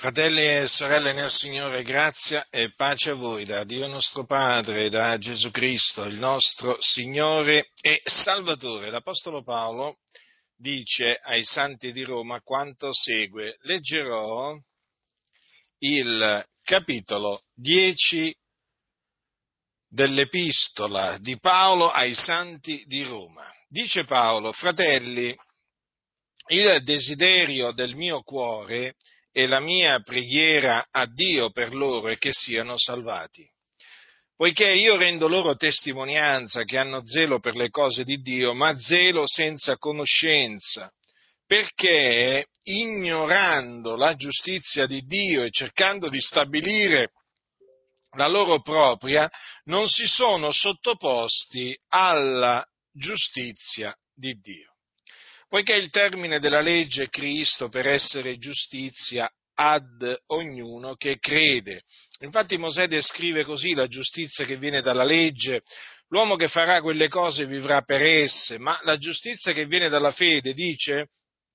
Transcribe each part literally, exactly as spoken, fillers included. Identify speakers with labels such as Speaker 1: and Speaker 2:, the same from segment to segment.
Speaker 1: Fratelli e sorelle nel Signore, grazia e pace a voi da Dio nostro Padre, da Gesù Cristo, il nostro Signore e Salvatore. L'Apostolo Paolo dice ai santi di Roma quanto segue. Leggerò il capitolo dieci dell'Epistola di Paolo ai santi di Roma. Dice Paolo: fratelli, il desiderio del mio cuore e la mia preghiera a Dio per loro è che siano salvati, poiché io rendo loro testimonianza che hanno zelo per le cose di Dio, ma zelo senza conoscenza, perché ignorando la giustizia di Dio e cercando di stabilire la loro propria, non si sono sottoposti alla giustizia di Dio. Poiché il termine della legge è Cristo per essere giustizia ad ognuno che crede. Infatti Mosè descrive così la giustizia che viene dalla legge: l'uomo che farà quelle cose vivrà per esse, ma la giustizia che viene dalla fede dice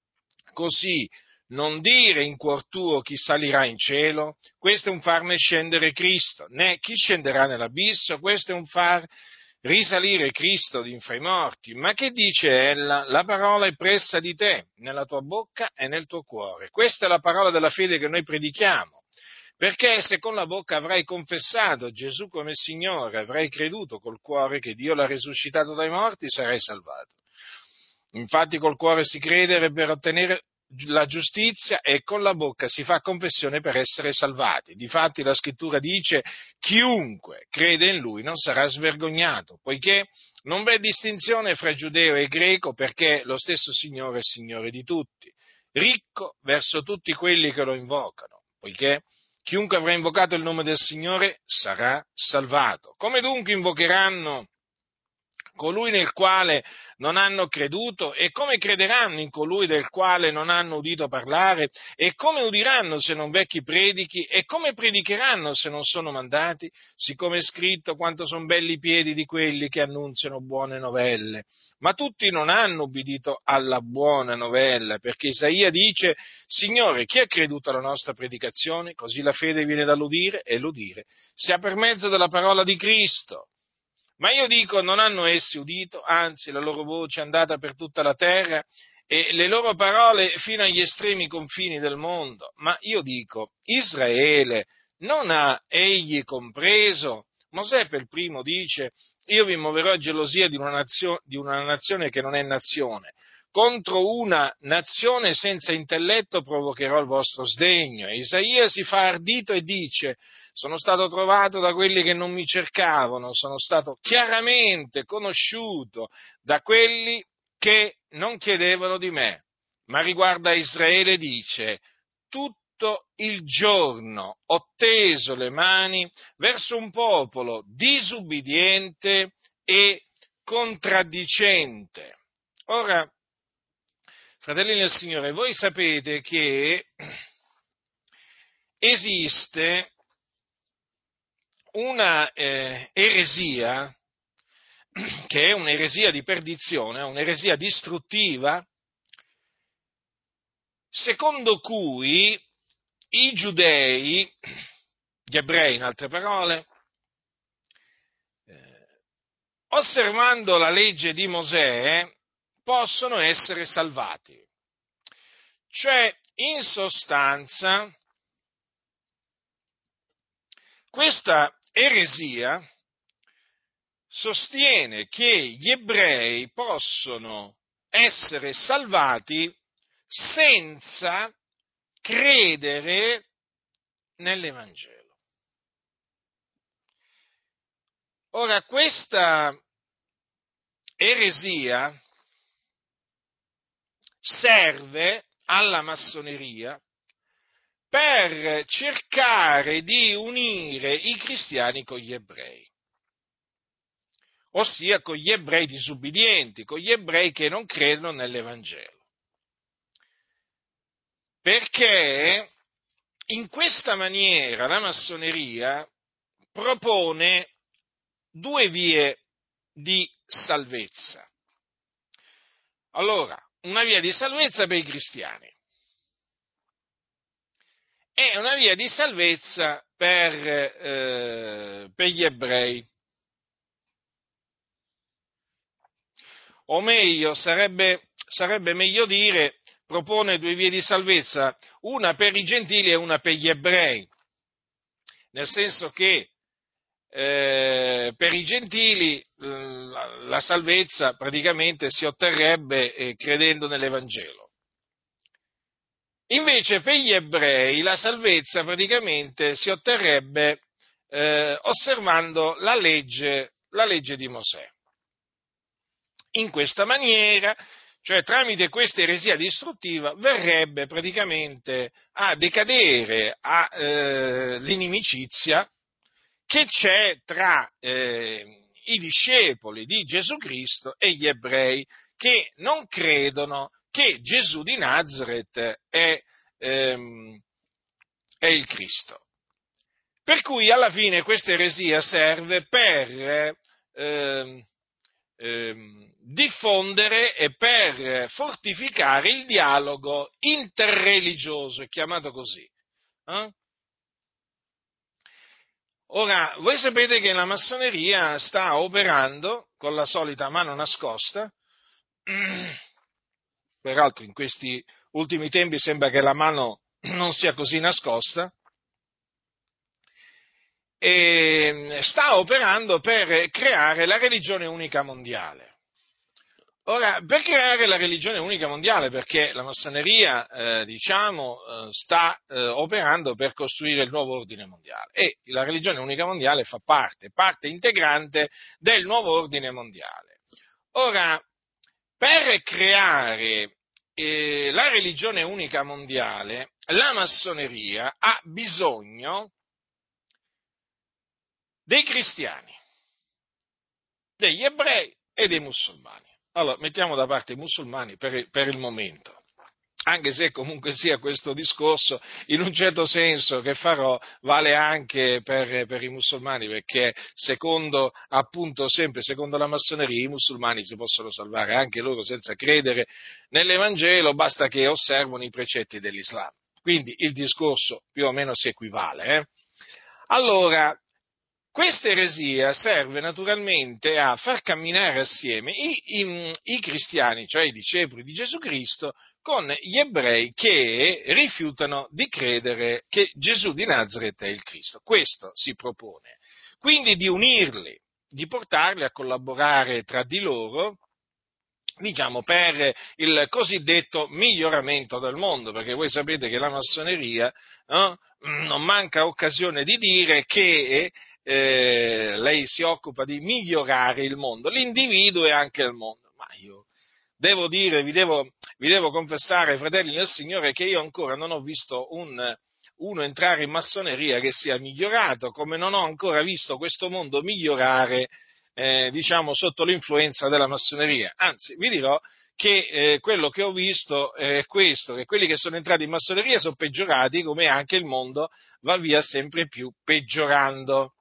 Speaker 1: così: non dire in cuor tuo chi salirà in cielo, questo è un farne scendere Cristo, né chi scenderà nell'abisso, questo è un far risalire Cristo d'infra i morti. Ma che dice ella? La parola è pressa di te, nella tua bocca e nel tuo cuore. Questa è la parola della fede che noi predichiamo. Perché se con la bocca avrai confessato Gesù come Signore, avrai creduto col cuore che Dio l'ha risuscitato dai morti, sarai salvato. Infatti col cuore si crede per ottenere la giustizia e con la bocca si fa confessione per essere salvati. Difatti la scrittura dice: chiunque crede in lui non sarà svergognato, poiché non v'è distinzione fra giudeo e greco, perché lo stesso Signore è Signore di tutti, ricco verso tutti quelli che lo invocano, poiché chiunque avrà invocato il nome del Signore sarà salvato. Come dunque invocheranno colui nel quale non hanno creduto? E come crederanno in colui del quale non hanno udito parlare? E come udiranno se non vecchi predichi? E come predicheranno se non sono mandati? Siccome è scritto: quanto sono belli i piedi di quelli che annunziano buone novelle. Ma tutti non hanno ubbidito alla buona novella, perché Isaia dice: Signore, chi ha creduto alla nostra predicazione? Così la fede viene dall'udire e l'udire sia per mezzo della parola di Cristo. Ma io dico, non hanno essi udito, anzi la loro voce è andata per tutta la terra e le loro parole fino agli estremi confini del mondo. Ma io dico, Israele non ha egli compreso? Mosè per primo dice: io vi muoverò a gelosia di una, nazio, di una nazione che non è nazione. Contro una nazione senza intelletto provocherò il vostro sdegno. E Isaia si fa ardito e dice: sono stato trovato da quelli che non mi cercavano, sono stato chiaramente conosciuto da quelli che non chiedevano di me. Ma riguardo a Israele dice: tutto il giorno ho teso le mani verso un popolo disubbidiente e contraddicente. Ora, fratelli del Signore, voi sapete che esiste una eh, eresia, che è un'eresia di perdizione, un'eresia distruttiva, secondo cui i giudei, gli ebrei in altre parole, eh, osservando la legge di Mosè, possono essere salvati. Cioè, in sostanza, questa eresia sostiene che gli ebrei possono essere salvati senza credere nell'Evangelo. Ora, questa eresia serve alla massoneria per cercare di unire i cristiani con gli ebrei, ossia con gli ebrei disubbidienti, con gli ebrei che non credono nell'Evangelo. Perché in questa maniera la massoneria propone due vie di salvezza. Allora, una via di salvezza per i cristiani è una via di salvezza per, eh, per gli ebrei. O meglio, sarebbe, sarebbe meglio dire, propone due vie di salvezza, una per i gentili e una per gli ebrei, nel senso che eh, per i gentili la, la salvezza praticamente si otterrebbe eh, credendo nell'Evangelo. Invece per gli ebrei la salvezza praticamente si otterrebbe eh, osservando la legge, la legge di Mosè. In questa maniera, cioè tramite questa eresia distruttiva, verrebbe praticamente a decadere a, eh, l'inimicizia che c'è tra eh, i discepoli di Gesù Cristo e gli ebrei che non credono che Gesù di Nazaret è, ehm, è il Cristo. Per cui alla fine questa eresia serve per ehm, ehm, diffondere e per fortificare il dialogo interreligioso, è chiamato così. Eh? Ora, voi sapete che la massoneria sta operando con la solita mano nascosta, peraltro in questi ultimi tempi sembra che la mano non sia così nascosta, e sta operando per creare la religione unica mondiale. Ora, per creare la religione unica mondiale, perché la massoneria, eh, diciamo, eh, sta eh, operando per costruire il nuovo ordine mondiale e la religione unica mondiale fa parte, parte integrante del nuovo ordine mondiale. Ora, per creare eh, la religione unica mondiale, la massoneria ha bisogno dei cristiani, degli ebrei e dei musulmani. Allora, mettiamo da parte i musulmani per, per il momento, anche se comunque sia questo discorso, in un certo senso che farò, vale anche per, per i musulmani, perché secondo, appunto, sempre secondo la massoneria, i musulmani si possono salvare anche loro senza credere nell'Evangelo, basta che osservano i precetti dell'Islam. Quindi il discorso più o meno si equivale. Eh? Allora, questa eresia serve naturalmente a far camminare assieme i, i, i cristiani, cioè i discepoli di Gesù Cristo, con gli ebrei che rifiutano di credere che Gesù di Nazaret è il Cristo. Questo si propone. Quindi di unirli, di portarli a collaborare tra di loro, diciamo, per il cosiddetto miglioramento del mondo, perché voi sapete che la massoneria no, non manca occasione di dire che eh, lei si occupa di migliorare il mondo, l'individuo e anche il mondo. Ma io devo dire, vi devo, vi devo confessare, fratelli del Signore, che io ancora non ho visto un, uno entrare in massoneria che sia migliorato, come non ho ancora visto questo mondo migliorare, eh, diciamo, sotto l'influenza della massoneria. Anzi, vi dirò che eh, quello che ho visto è questo, che quelli che sono entrati in massoneria sono peggiorati, come anche il mondo va via sempre più peggiorando.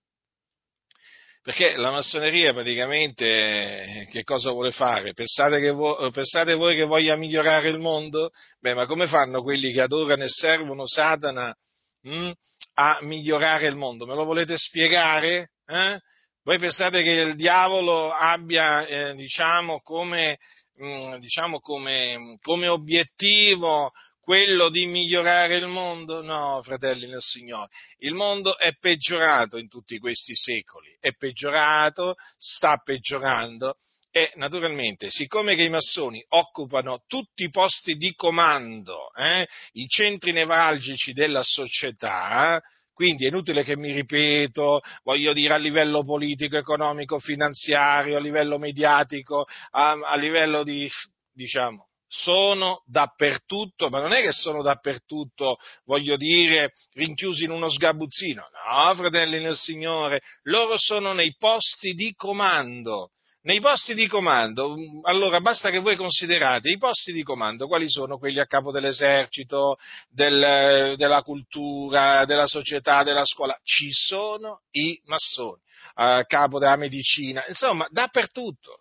Speaker 1: Perché la massoneria praticamente eh, che cosa vuole fare? Pensate, che vo- pensate voi che voglia migliorare il mondo? Beh, ma come fanno quelli che adorano e servono Satana mh, a migliorare il mondo? Me lo volete spiegare? Eh? Voi pensate che il diavolo abbia, eh, diciamo, come, mh, diciamo come, come obiettivo quello di migliorare il mondo? No, fratelli nel Signore. Il mondo è peggiorato in tutti questi secoli, è peggiorato, sta peggiorando e naturalmente, siccome che i massoni occupano tutti i posti di comando, eh, i centri nevralgici della società, quindi è inutile che mi ripeto, voglio dire a livello politico, economico, finanziario, a livello mediatico, a, a livello di, diciamo, sono dappertutto, ma non è che sono dappertutto, voglio dire, rinchiusi in uno sgabuzzino, no, fratelli nel Signore, loro sono nei posti di comando, nei posti di comando, allora basta che voi considerate i posti di comando, quali sono quelli a capo dell'esercito, del, della cultura, della società, della scuola, ci sono i massoni, a capo della medicina, insomma, dappertutto.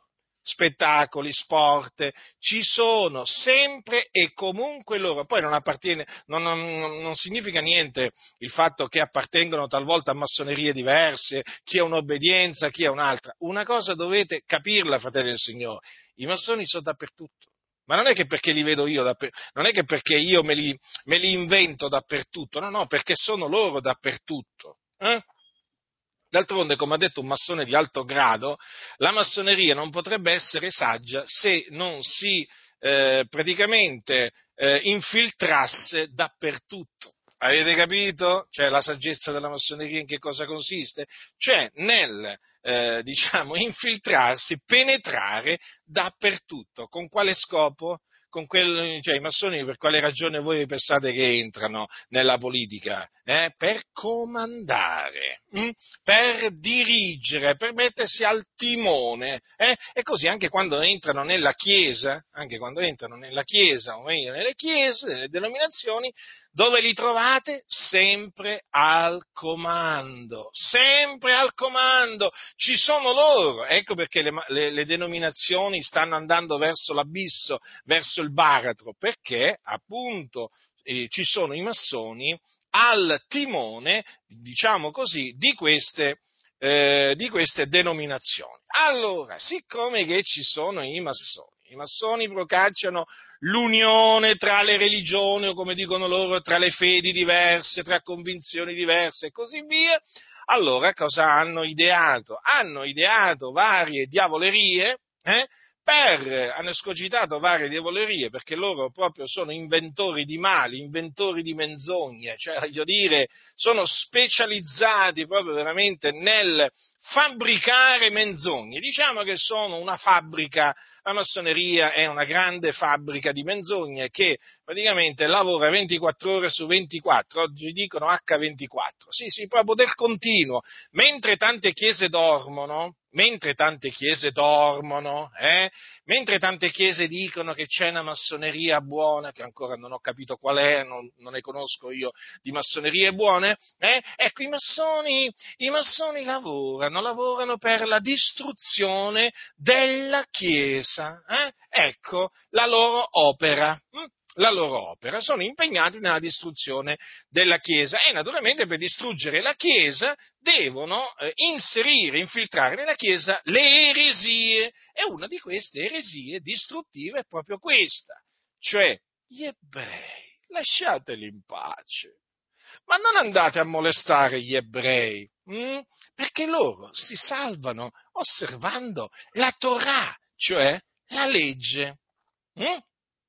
Speaker 1: spettacoli, sport, ci sono sempre e comunque loro. Poi non appartiene, non, non, non significa niente il fatto che appartengono talvolta a massonerie diverse, chi ha un'obbedienza, chi ha un'altra. Una cosa dovete capirla, fratelli del Signore, i massoni sono dappertutto. Ma non è che perché li vedo io, non è che perché io me li, me li invento dappertutto, no, no, perché sono loro dappertutto. Eh? D'altronde, come ha detto un massone di alto grado, la massoneria non potrebbe essere saggia se non si eh, praticamente eh, infiltrasse dappertutto. Avete capito? Cioè la saggezza della massoneria in che cosa consiste? Cioè nel, eh, diciamo, infiltrarsi, penetrare dappertutto. Con quale scopo? Con quel, cioè, i massoni per quale ragione voi pensate che entrano nella politica? Eh? Per comandare, hm? Per dirigere, per mettersi al timone, eh? E così anche quando entrano nella Chiesa, anche quando entrano nella Chiesa o meglio nelle Chiese, nelle denominazioni, dove li trovate? Sempre al comando, sempre al comando, ci sono loro, ecco perché le, le, le denominazioni stanno andando verso l'abisso, verso il baratro, perché appunto eh, ci sono i massoni al timone, diciamo così, di queste, eh, di queste denominazioni. Allora, siccome che ci sono i massoni, i massoni procacciano l'unione tra le religioni, o come dicono loro, tra le fedi diverse, tra convinzioni diverse e così via, allora cosa hanno ideato? Hanno ideato varie diavolerie, eh? Per, hanno escogitato varie diavolerie perché loro proprio sono inventori di mali, inventori di menzogne, cioè voglio dire, sono specializzati proprio veramente nel fabbricare menzogne. Diciamo che sono una fabbrica, la massoneria è una grande fabbrica di menzogne che praticamente lavora ventiquattro ore su ventiquattro, oggi dicono acca ventiquattro, sì sì, proprio del continuo, mentre tante chiese dormono, mentre tante chiese dormono, eh, mentre tante chiese dicono che c'è una massoneria buona, che ancora non ho capito qual è, non, non ne conosco io di massonerie buone, eh, ecco i massoni, i massoni lavorano, lavorano per la distruzione della Chiesa, eh? Ecco la loro opera. Hm? La loro opera, sono impegnati nella distruzione della Chiesa e naturalmente per distruggere la Chiesa devono eh, inserire, infiltrare nella Chiesa le eresie e una di queste eresie distruttive è proprio questa, cioè gli ebrei, lasciateli in pace, ma non andate a molestare gli ebrei, hm? Perché loro si salvano osservando la Torah, cioè la legge. Hm?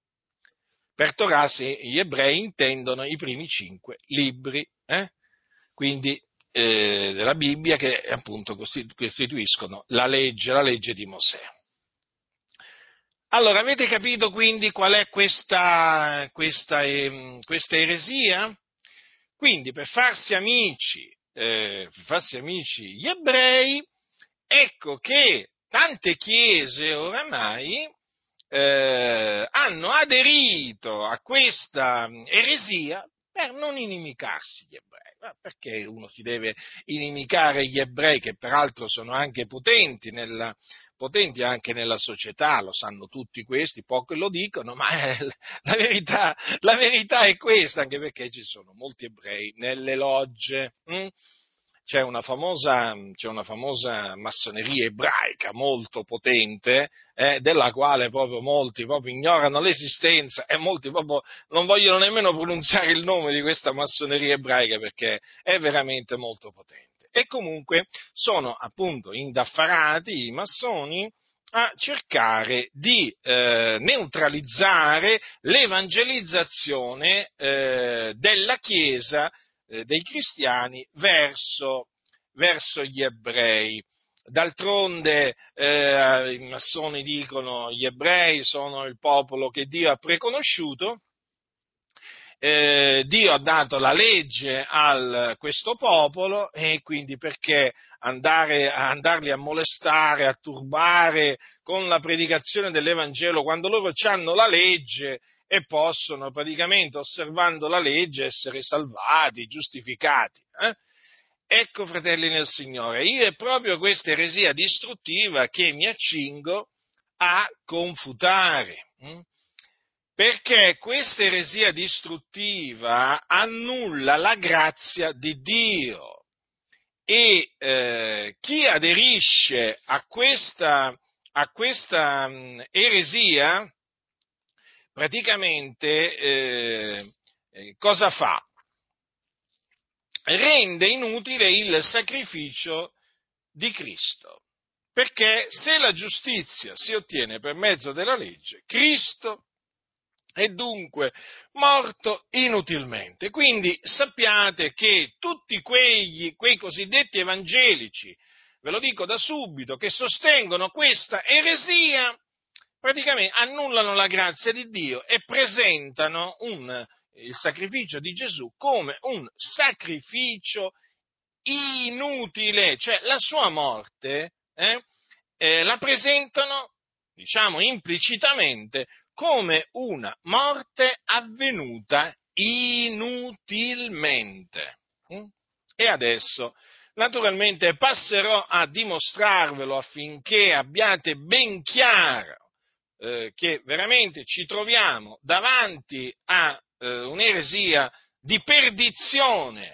Speaker 1: Per Torah gli ebrei intendono i primi cinque libri, eh? Quindi eh, della Bibbia che appunto costituiscono la legge, la legge di Mosè. Allora, avete capito quindi qual è questa, questa, eh, questa eresia? Quindi per farsi amici, eh, per farsi amici gli ebrei, ecco che tante chiese oramai eh, hanno aderito a questa eresia per non inimicarsi gli ebrei. Ma perché uno si deve inimicare gli ebrei, che peraltro sono anche potenti, nella, potenti anche nella società, lo sanno tutti questi, pochi lo dicono, ma è, la, verità, la verità è questa, anche perché ci sono molti ebrei nelle logge. Hm? C'è una, famosa, c'è una famosa massoneria ebraica molto potente, eh, della quale proprio molti proprio ignorano l'esistenza e molti proprio non vogliono nemmeno pronunciare il nome di questa massoneria ebraica perché è veramente molto potente. E comunque sono appunto indaffarati i massoni a cercare di eh, neutralizzare l'evangelizzazione eh, della Chiesa, eh, dei cristiani verso, verso gli ebrei. D'altronde eh, i massoni dicono gli ebrei sono il popolo che Dio ha preconosciuto, eh, Dio ha dato la legge a questo popolo e quindi perché andare, andarli a molestare, a turbare con la predicazione dell'Evangelo quando loro hanno la legge e possono praticamente osservando la legge essere salvati, giustificati. Eh? Ecco, fratelli nel Signore, io è proprio questa eresia distruttiva che mi accingo a confutare. Hm? Perché questa eresia distruttiva annulla la grazia di Dio e eh, chi aderisce a questa, a questa mh, eresia praticamente eh, eh, cosa fa? Rende inutile il sacrificio di Cristo, perché se la giustizia si ottiene per mezzo della legge, Cristo è dunque morto inutilmente. Quindi sappiate che tutti quegli, quei cosiddetti evangelici, ve lo dico da subito, che sostengono questa eresia, praticamente annullano la grazia di Dio e presentano un, il sacrificio di Gesù come un sacrificio inutile, cioè la sua morte eh, eh, la presentano, diciamo implicitamente, come una morte avvenuta inutilmente. Mm? E adesso, naturalmente, passerò a dimostrarvelo affinché abbiate ben chiaro eh, che veramente ci troviamo davanti a eh, un'eresia di perdizione.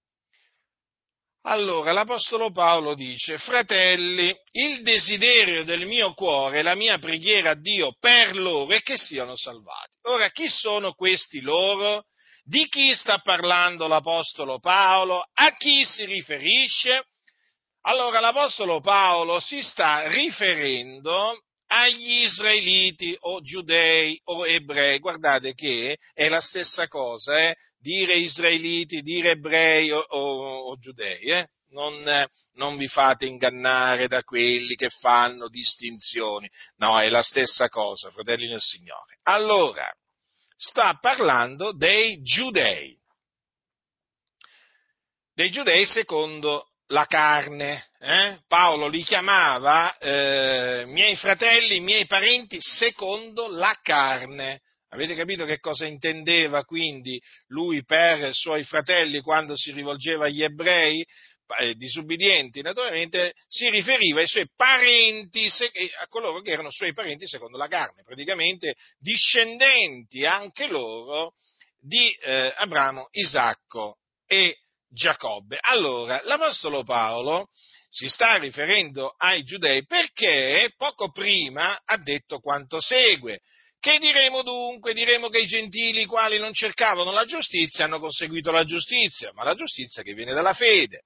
Speaker 1: Allora, l'Apostolo Paolo dice: fratelli, il desiderio del mio cuore e la mia preghiera a Dio per loro è che siano salvati. Ora, chi sono questi loro? Di chi sta parlando l'Apostolo Paolo? A chi si riferisce? Allora, l'Apostolo Paolo si sta riferendo agli israeliti o giudei o ebrei. Guardate che è la stessa cosa, eh? Dire israeliti, dire ebrei o, o, o giudei, eh? non, eh, non vi fate ingannare da quelli che fanno distinzioni, no, è la stessa cosa, fratelli nel Signore. Allora, sta parlando dei giudei, dei giudei secondo la carne, eh? Paolo li chiamava eh, miei fratelli, miei parenti secondo la carne. Avete capito che cosa intendeva quindi lui per i suoi fratelli quando si rivolgeva agli ebrei eh, disubbidienti? Naturalmente si riferiva ai suoi parenti, a coloro che erano suoi parenti secondo la carne, praticamente discendenti anche loro di eh, Abramo, Isacco e Giacobbe. Allora, l'Apostolo Paolo si sta riferendo ai giudei perché poco prima ha detto quanto segue. Che diremo dunque? Diremo che i gentili, i quali non cercavano la giustizia, hanno conseguito la giustizia, ma la giustizia che viene dalla fede.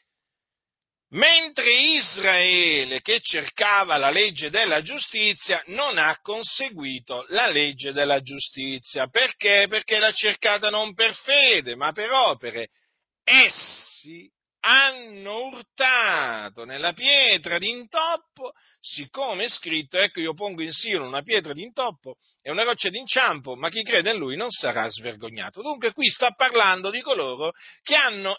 Speaker 1: Mentre Israele, che cercava la legge della giustizia, non ha conseguito la legge della giustizia. Perché? Perché l'ha cercata non per fede, ma per opere. Essi hanno urtato nella pietra d'intoppo, siccome è scritto, ecco io pongo in Sion una pietra d'intoppo e una roccia d'inciampo, ma chi crede in lui non sarà svergognato. Dunque qui sta parlando di coloro che hanno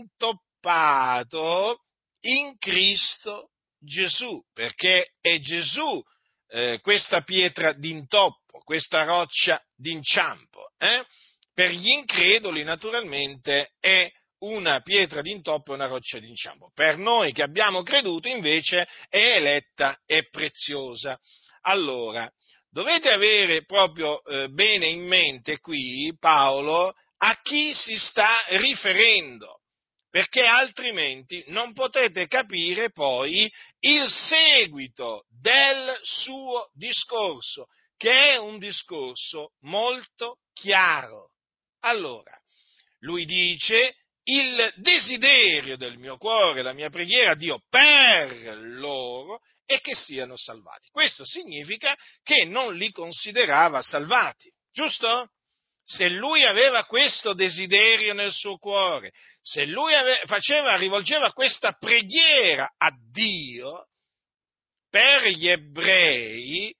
Speaker 1: intoppato in Cristo Gesù, perché è Gesù eh, questa pietra d'intoppo, questa roccia d'inciampo. Eh? Per gli increduli naturalmente è una pietra d'intoppo e una roccia d'inciampo. Per noi che abbiamo creduto invece è eletta e preziosa. Allora, dovete avere proprio eh, bene in mente qui, Paolo, a chi si sta riferendo, perché altrimenti non potete capire poi il seguito del suo discorso, che è un discorso molto chiaro. Allora, lui dice: il desiderio del mio cuore, la mia preghiera a Dio per loro è che siano salvati. Questo significa che non li considerava salvati, giusto? Se lui aveva questo desiderio nel suo cuore, se lui ave- faceva, rivolgeva questa preghiera a Dio per gli ebrei,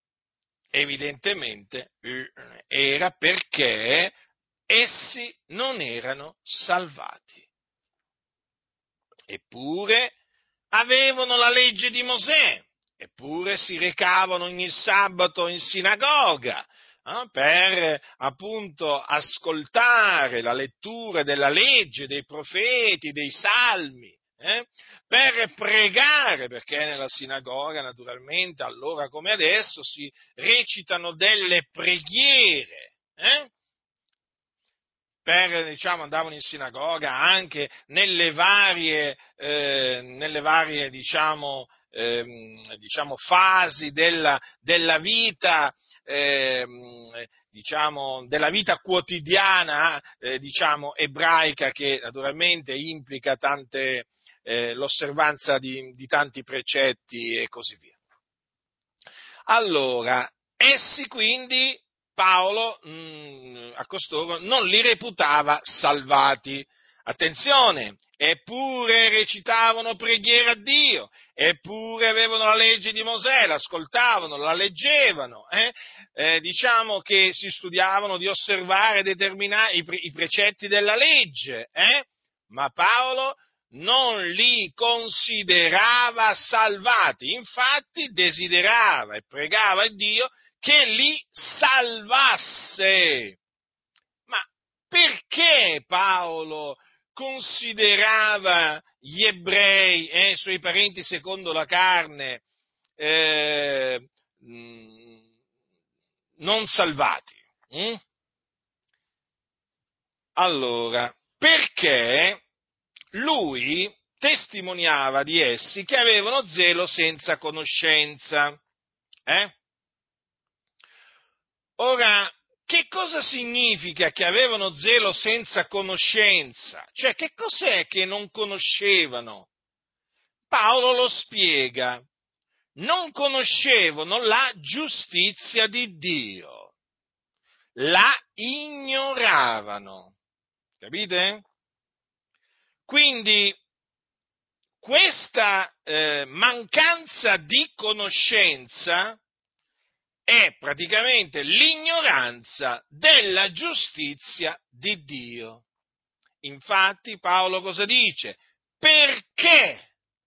Speaker 1: evidentemente era perché essi non erano salvati. Eppure avevano la legge di Mosè, eppure si recavano ogni sabato in sinagoga eh, per appunto ascoltare la lettura della legge, dei profeti, dei salmi. eh? Per pregare, perché nella sinagoga, naturalmente, allora come adesso, si recitano delle preghiere, eh? Per, diciamo, andavano in sinagoga anche nelle varie, eh, nelle varie diciamo, ehm, diciamo fasi della, della vita, ehm, diciamo, della vita quotidiana, eh, diciamo, ebraica, che naturalmente implica tante, eh, l'osservanza di, di tanti precetti e così via. Allora, essi quindi, Paolo, mh, a costoro, non li reputava salvati. Attenzione, eppure recitavano preghiere a Dio, eppure avevano la legge di Mosè, l'ascoltavano, la leggevano, eh? Eh, diciamo che si studiavano di osservare determinati i, pre- i precetti della legge, eh? Ma Paolo non li considerava salvati, infatti desiderava e pregava a Dio che li salvasse. Ma perché Paolo considerava gli ebrei e eh, i suoi parenti secondo la carne eh, non salvati? Hm? Allora, perché lui testimoniava di essi che avevano zelo senza conoscenza. Eh? Ora, che cosa significa che avevano zelo senza conoscenza? Cioè, che cos'è che non conoscevano? Paolo lo spiega. Non conoscevano la giustizia di Dio, la ignoravano. Capite? Quindi questa eh, mancanza di conoscenza è praticamente l'ignoranza della giustizia di Dio. Infatti Paolo cosa dice? Perché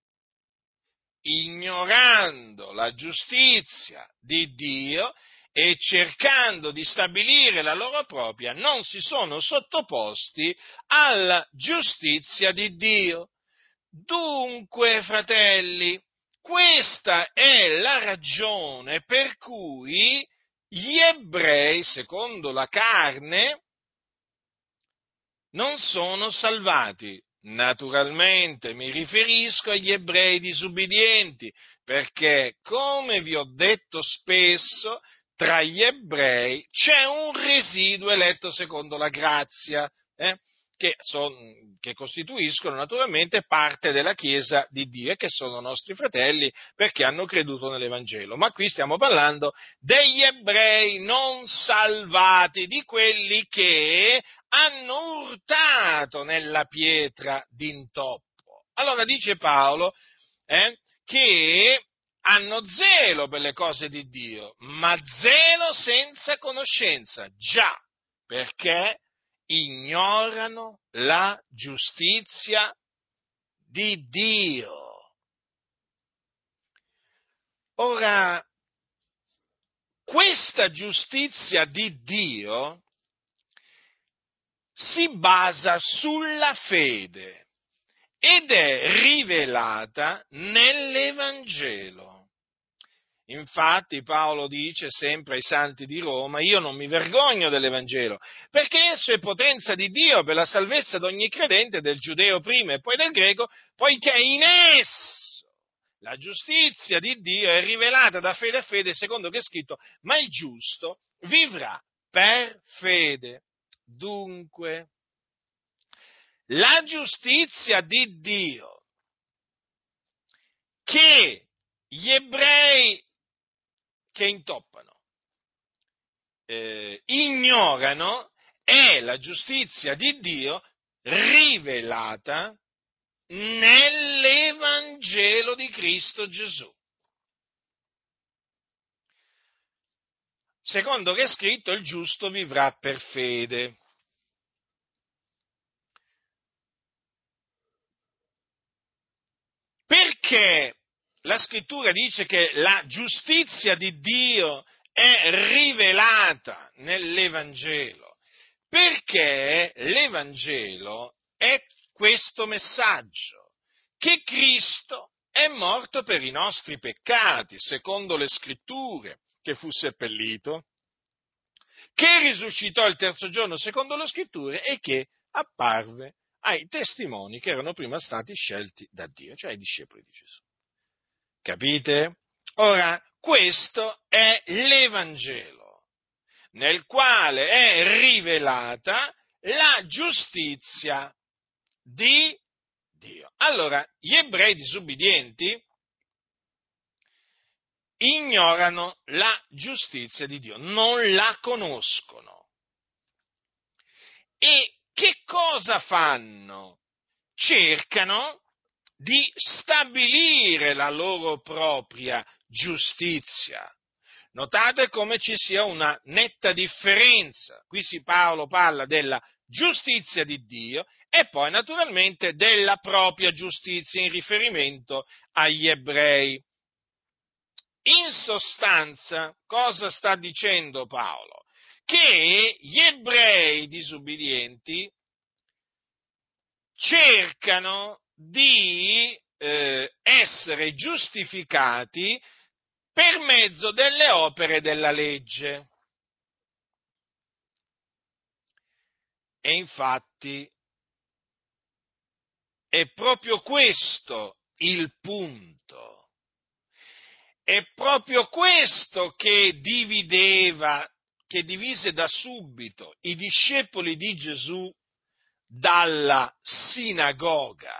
Speaker 1: ignorando la giustizia di Dio e cercando di stabilire la loro propria, non si sono sottoposti alla giustizia di Dio. Dunque, fratelli, questa è la ragione per cui gli ebrei, secondo la carne, non sono salvati. Naturalmente mi riferisco agli ebrei disubbidienti, perché, come vi ho detto spesso, tra gli ebrei c'è un residuo eletto secondo la grazia, eh? che, son, che costituiscono naturalmente parte della Chiesa di Dio e che sono nostri fratelli perché hanno creduto nell'Evangelo. Ma qui stiamo parlando degli ebrei non salvati, di quelli che hanno urtato nella pietra d'intoppo. Allora dice Paolo eh, che hanno zelo per le cose di Dio, ma zelo senza conoscenza, già perché ignorano la giustizia di Dio. Ora, questa giustizia di Dio si basa sulla fede ed è rivelata nell'Evangelo. Infatti Paolo dice sempre ai santi di Roma: io non mi vergogno dell'Evangelo, perché esso è potenza di Dio per la salvezza di ogni credente, del giudeo prima e poi del greco, poiché in esso la giustizia di Dio è rivelata da fede a fede, secondo che è scritto: ma il giusto vivrà per fede. Dunque, la giustizia di Dio che gli ebrei che intoppano eh, ignorano è la giustizia di Dio rivelata nell'Evangelo di Cristo Gesù. Secondo che è scritto, il giusto vivrà per fede. Perché la scrittura dice che la giustizia di Dio è rivelata nell'Evangelo? Perché l'Evangelo è questo messaggio, che Cristo è morto per i nostri peccati, secondo le scritture, che fu seppellito, che risuscitò il terzo giorno, secondo le scritture, e che apparve ai testimoni che erano prima stati scelti da Dio, cioè ai discepoli di Gesù. Capite? Ora, questo è l'Evangelo, nel quale è rivelata la giustizia di Dio. Allora, gli ebrei disubbidienti ignorano la giustizia di Dio, non la conoscono. E che cosa fanno? Cercano di stabilire la loro propria giustizia. Notate come ci sia una netta differenza. Qui si Paolo parla della giustizia di Dio e poi naturalmente della propria giustizia in riferimento agli ebrei. In sostanza, cosa sta dicendo Paolo? Che gli ebrei disubbidienti cercano di eh, essere giustificati per mezzo delle opere della legge. E infatti è proprio questo il punto. È proprio questo che divideva, che divise da subito i discepoli di Gesù dalla sinagoga.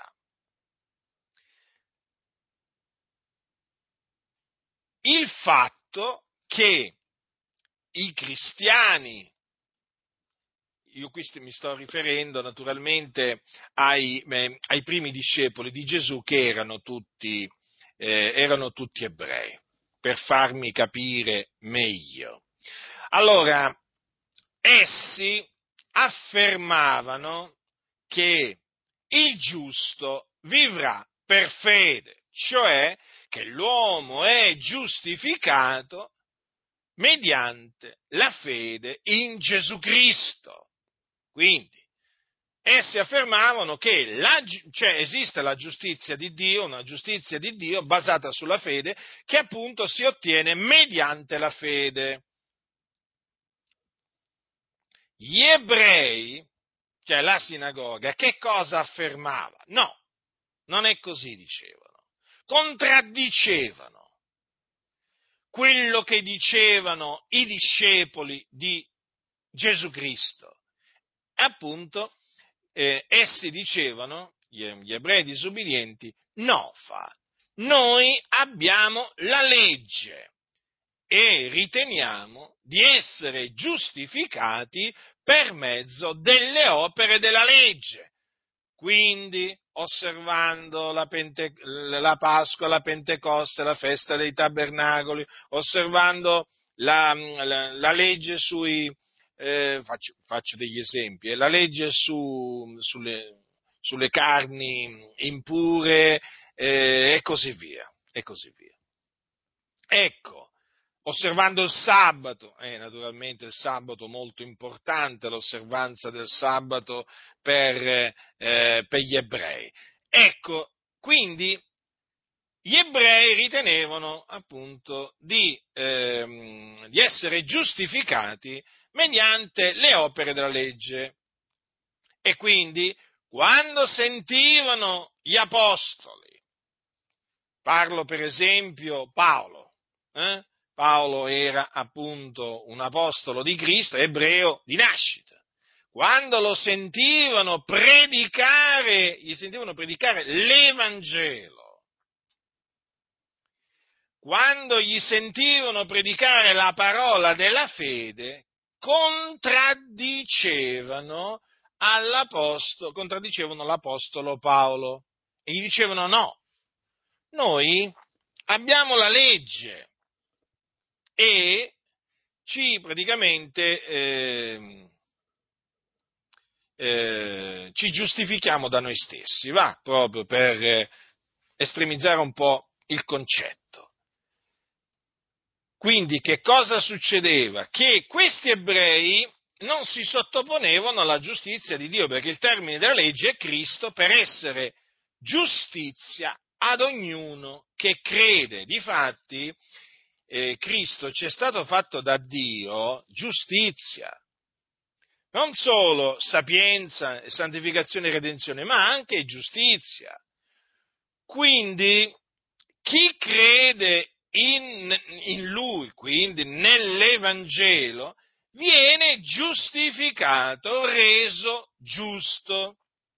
Speaker 1: Il fatto che i cristiani, io qui mi sto riferendo naturalmente ai, eh, ai primi discepoli di Gesù che erano tutti, eh, erano tutti ebrei, per farmi capire meglio. Allora, essi affermavano che il giusto vivrà per fede, cioè che l'uomo è giustificato mediante la fede in Gesù Cristo. Quindi, essi affermavano che la, cioè, esiste la giustizia di Dio, una giustizia di Dio basata sulla fede, che appunto si ottiene mediante la fede. Gli ebrei, cioè la sinagoga, che cosa affermava? No, non è così, dicevano. Contraddicevano quello che dicevano i discepoli di Gesù Cristo. Appunto, eh, essi dicevano, gli, gli ebrei disubbidienti, no, fa, noi abbiamo la legge e riteniamo di essere giustificati per mezzo delle opere della legge. Quindi, osservando la, Pente, la Pasqua, la Pentecoste, la festa dei tabernacoli, osservando la, la, la legge sui, eh, faccio, faccio degli esempi, la legge su, sulle, sulle carni impure eh, e così via, e così via. Ecco, osservando il sabato, eh, naturalmente il sabato molto importante, l'osservanza del sabato per, eh, per gli ebrei. Ecco, quindi gli ebrei ritenevano appunto di, ehm, di essere giustificati mediante le opere della legge. E quindi, quando sentivano gli apostoli, parlo per esempio Paolo, eh? Paolo era appunto un apostolo di Cristo, ebreo di nascita. Quando lo sentivano predicare, gli sentivano predicare l'Evangelo, quando gli sentivano predicare la parola della fede, contraddicevano all'apostolo, contraddicevano l'apostolo Paolo e gli dicevano no, noi abbiamo la legge e ci praticamente eh, eh, ci giustifichiamo da noi stessi, va, proprio per eh, estremizzare un po' il concetto. Quindi che cosa succedeva? Che questi ebrei non si sottoponevano alla giustizia di Dio, perché il termine della legge è Cristo, per essere giustizia ad ognuno che crede. Difatti, eh, Cristo ci è stato fatto da Dio giustizia, non solo sapienza, santificazione e redenzione, ma anche giustizia. Quindi, chi crede in, in Lui, quindi nell'Evangelo, viene giustificato, reso giusto.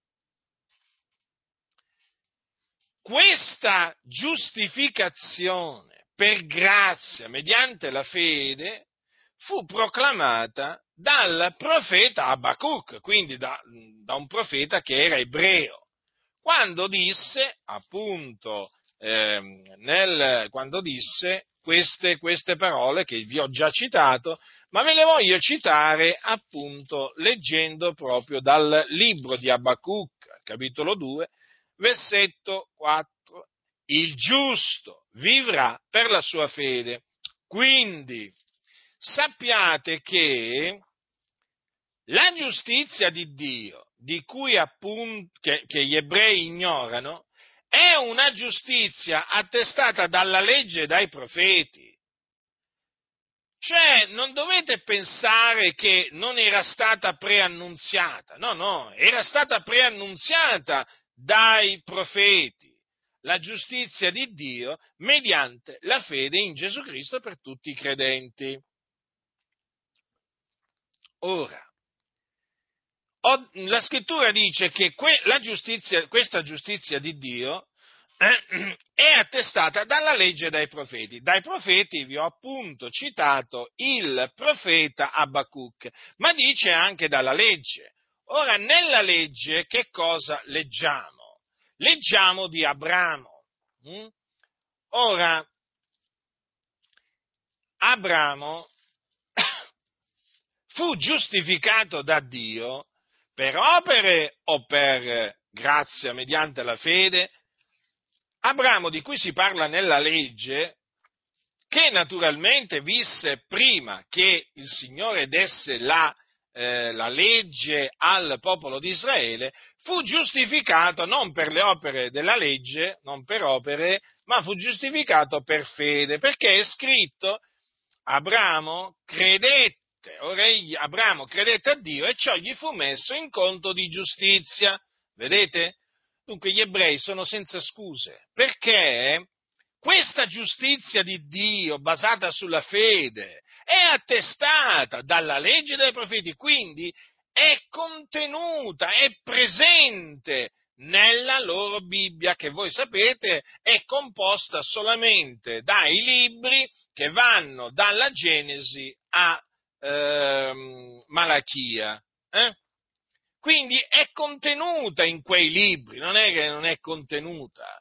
Speaker 1: Questa giustificazione per grazia mediante la fede fu proclamata dal profeta Abacuc, quindi da, da un profeta che era ebreo, quando disse, appunto, eh, nel, quando disse queste, queste parole che vi ho già citato, ma ve le voglio citare appunto leggendo proprio dal libro di Abacuc, capitolo due, versetto quattro. Il giusto vivrà per la sua fede. Quindi sappiate che la giustizia di Dio, di cui appunto che, che gli ebrei ignorano, è una giustizia attestata dalla legge e dai profeti. Cioè, non dovete pensare che non era stata preannunziata, no, no, era stata preannunziata dai profeti, la giustizia di Dio mediante la fede in Gesù Cristo per tutti i credenti. Ora, la scrittura dice che que, la giustizia, questa giustizia di Dio eh, è attestata dalla legge e dai profeti. Dai profeti vi ho appunto citato il profeta Abacuc, ma dice anche dalla legge. Ora, nella legge che cosa leggiamo? Leggiamo di Abramo. Hm? Ora, Abramo fu giustificato da Dio per opere o per grazia mediante la fede? Abramo, di cui si parla nella legge, che naturalmente visse prima che il Signore desse la, eh, la legge al popolo di Israele, fu giustificato non per le opere della legge, non per opere, ma fu giustificato per fede, perché è scritto: Abramo credette, ora egli, Abramo credette a Dio e ciò gli fu messo in conto di giustizia. Vedete? Dunque gli ebrei sono senza scuse, perché questa giustizia di Dio basata sulla fede è attestata dalla legge e dai profeti, quindi è contenuta, è presente nella loro Bibbia, che voi sapete è composta solamente dai libri che vanno dalla Genesi a ehm, Malachia. Eh? Quindi è contenuta in quei libri, non è che non è contenuta.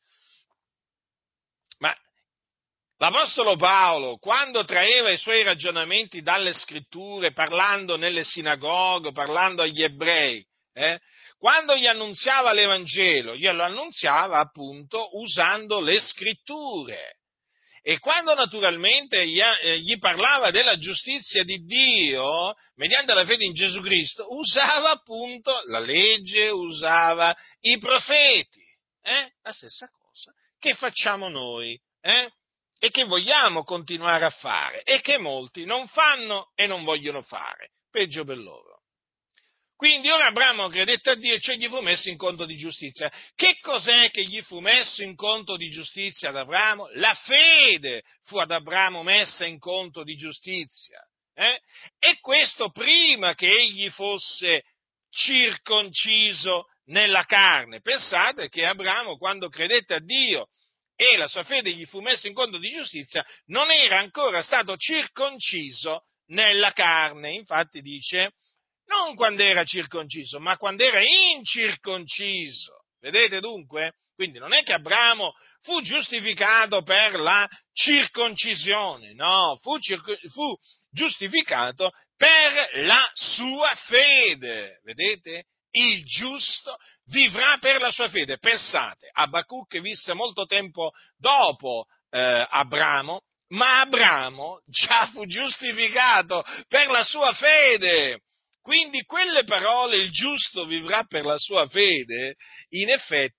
Speaker 1: Ma l'Apostolo Paolo, quando traeva i suoi ragionamenti dalle scritture, parlando nelle sinagoghe, parlando agli ebrei, eh, quando gli annunziava l'Evangelo, glielo annunziava appunto usando le scritture. E quando naturalmente gli parlava della giustizia di Dio, mediante la fede in Gesù Cristo, usava appunto la legge, usava i profeti. Eh? La stessa cosa che facciamo noi, eh? E che vogliamo continuare a fare, e che molti non fanno e non vogliono fare. Peggio per loro. Quindi ora Abramo credette a Dio e cioè gli fu messo in conto di giustizia. Che cos'è che gli fu messo in conto di giustizia ad Abramo? La fede fu ad Abramo messa in conto di giustizia. Eh? E questo prima che egli fosse circonciso nella carne. Pensate che Abramo, quando credette a Dio e la sua fede gli fu messa in conto di giustizia, non era ancora stato circonciso nella carne. Infatti dice: non quando era circonciso, ma quando era incirconciso. Vedete dunque? Quindi non è che Abramo fu giustificato per la circoncisione, no, fu, circo, fu giustificato per la sua fede. Vedete? Il giusto vivrà per la sua fede. Pensate, Abacuc visse molto tempo dopo eh, Abramo, ma Abramo già fu giustificato per la sua fede. Quindi quelle parole, il giusto vivrà per la sua fede, in effetti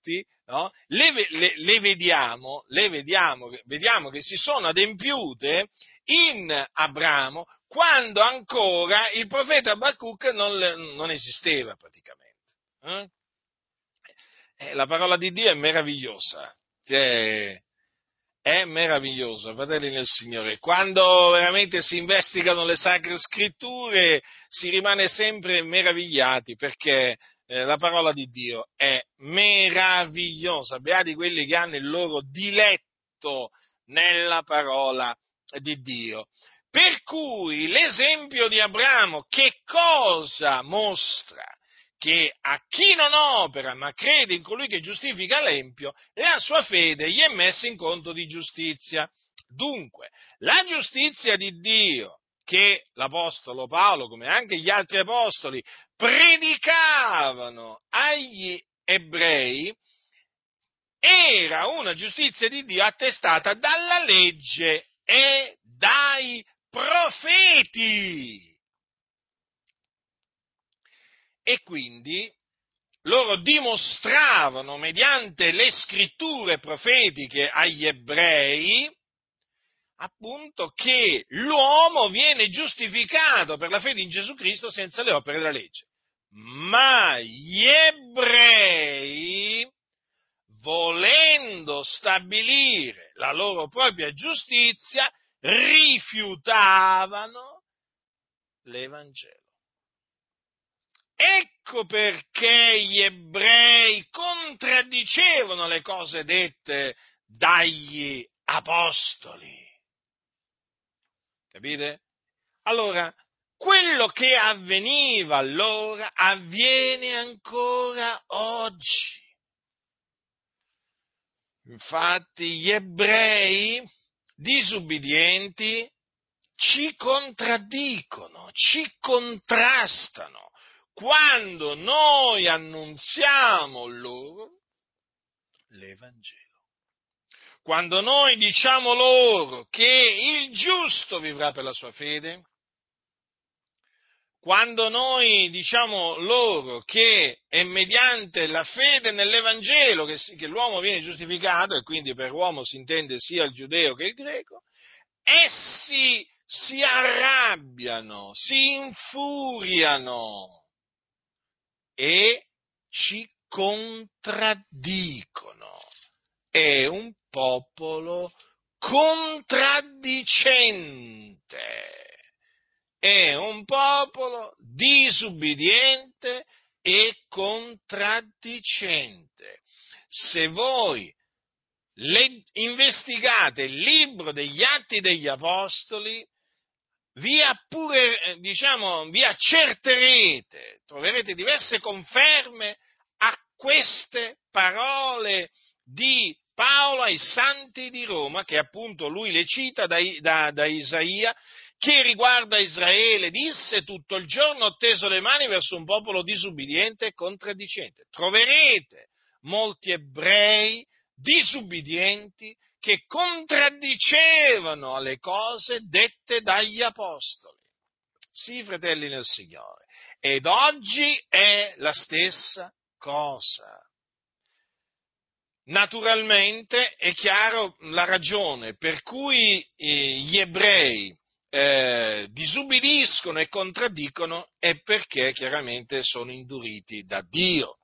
Speaker 1: no? le, le, le, vediamo, le vediamo, vediamo che si sono adempiute in Abramo quando ancora il profeta Abacuc non, non esisteva praticamente. Eh? Eh, la parola di Dio è meravigliosa, cioè, è meravigliosa, fratelli nel Signore. Quando veramente si investigano le sacre scritture si rimane sempre meravigliati perché eh, la parola di Dio è meravigliosa. Beati quelli che hanno il loro diletto nella parola di Dio. Per cui l'esempio di Abramo che cosa mostra? Che a chi non opera ma crede in colui che giustifica l'empio, la sua fede gli è messa in conto di giustizia. Dunque, la giustizia di Dio che l'Apostolo Paolo, come anche gli altri Apostoli, predicavano agli ebrei, era una giustizia di Dio attestata dalla legge e dai profeti. E quindi loro dimostravano mediante le scritture profetiche agli ebrei appunto che l'uomo viene giustificato per la fede in Gesù Cristo senza le opere della legge. Ma gli ebrei, volendo stabilire la loro propria giustizia, rifiutavano l'Evangelo. Ecco perché gli ebrei contraddicevano le cose dette dagli apostoli. Capite? Allora, quello che avveniva allora avviene ancora oggi. Infatti gli ebrei disubbidienti ci contraddicono, ci contrastano quando noi annunziamo loro l'Evangelo. Quando noi diciamo loro che il giusto vivrà per la sua fede, quando noi diciamo loro che è mediante la fede nell'Evangelo che, che l'uomo viene giustificato, e quindi per uomo si intende sia il giudeo che il greco, essi si arrabbiano, si infuriano e ci contraddicono. È un popolo contraddicente, è un popolo disubbidiente e contraddicente. Se voi le, investigate il libro degli Atti degli Apostoli, vi appure, diciamo, vi accerterete, troverete diverse conferme a queste parole di Paolo ai santi di Roma, che appunto lui le cita da, da, da Isaia, che riguarda Israele, disse: tutto il giorno ho teso le mani verso un popolo disubbidiente e contraddicente. Troverete molti ebrei disubbidienti che contraddicevano alle cose dette dagli apostoli. Sì, fratelli nel Signore, ed oggi è la stessa cosa. Naturalmente è chiaro la ragione per cui eh, gli ebrei eh, disubbidiscono e contraddicono è perché chiaramente sono induriti da Dio.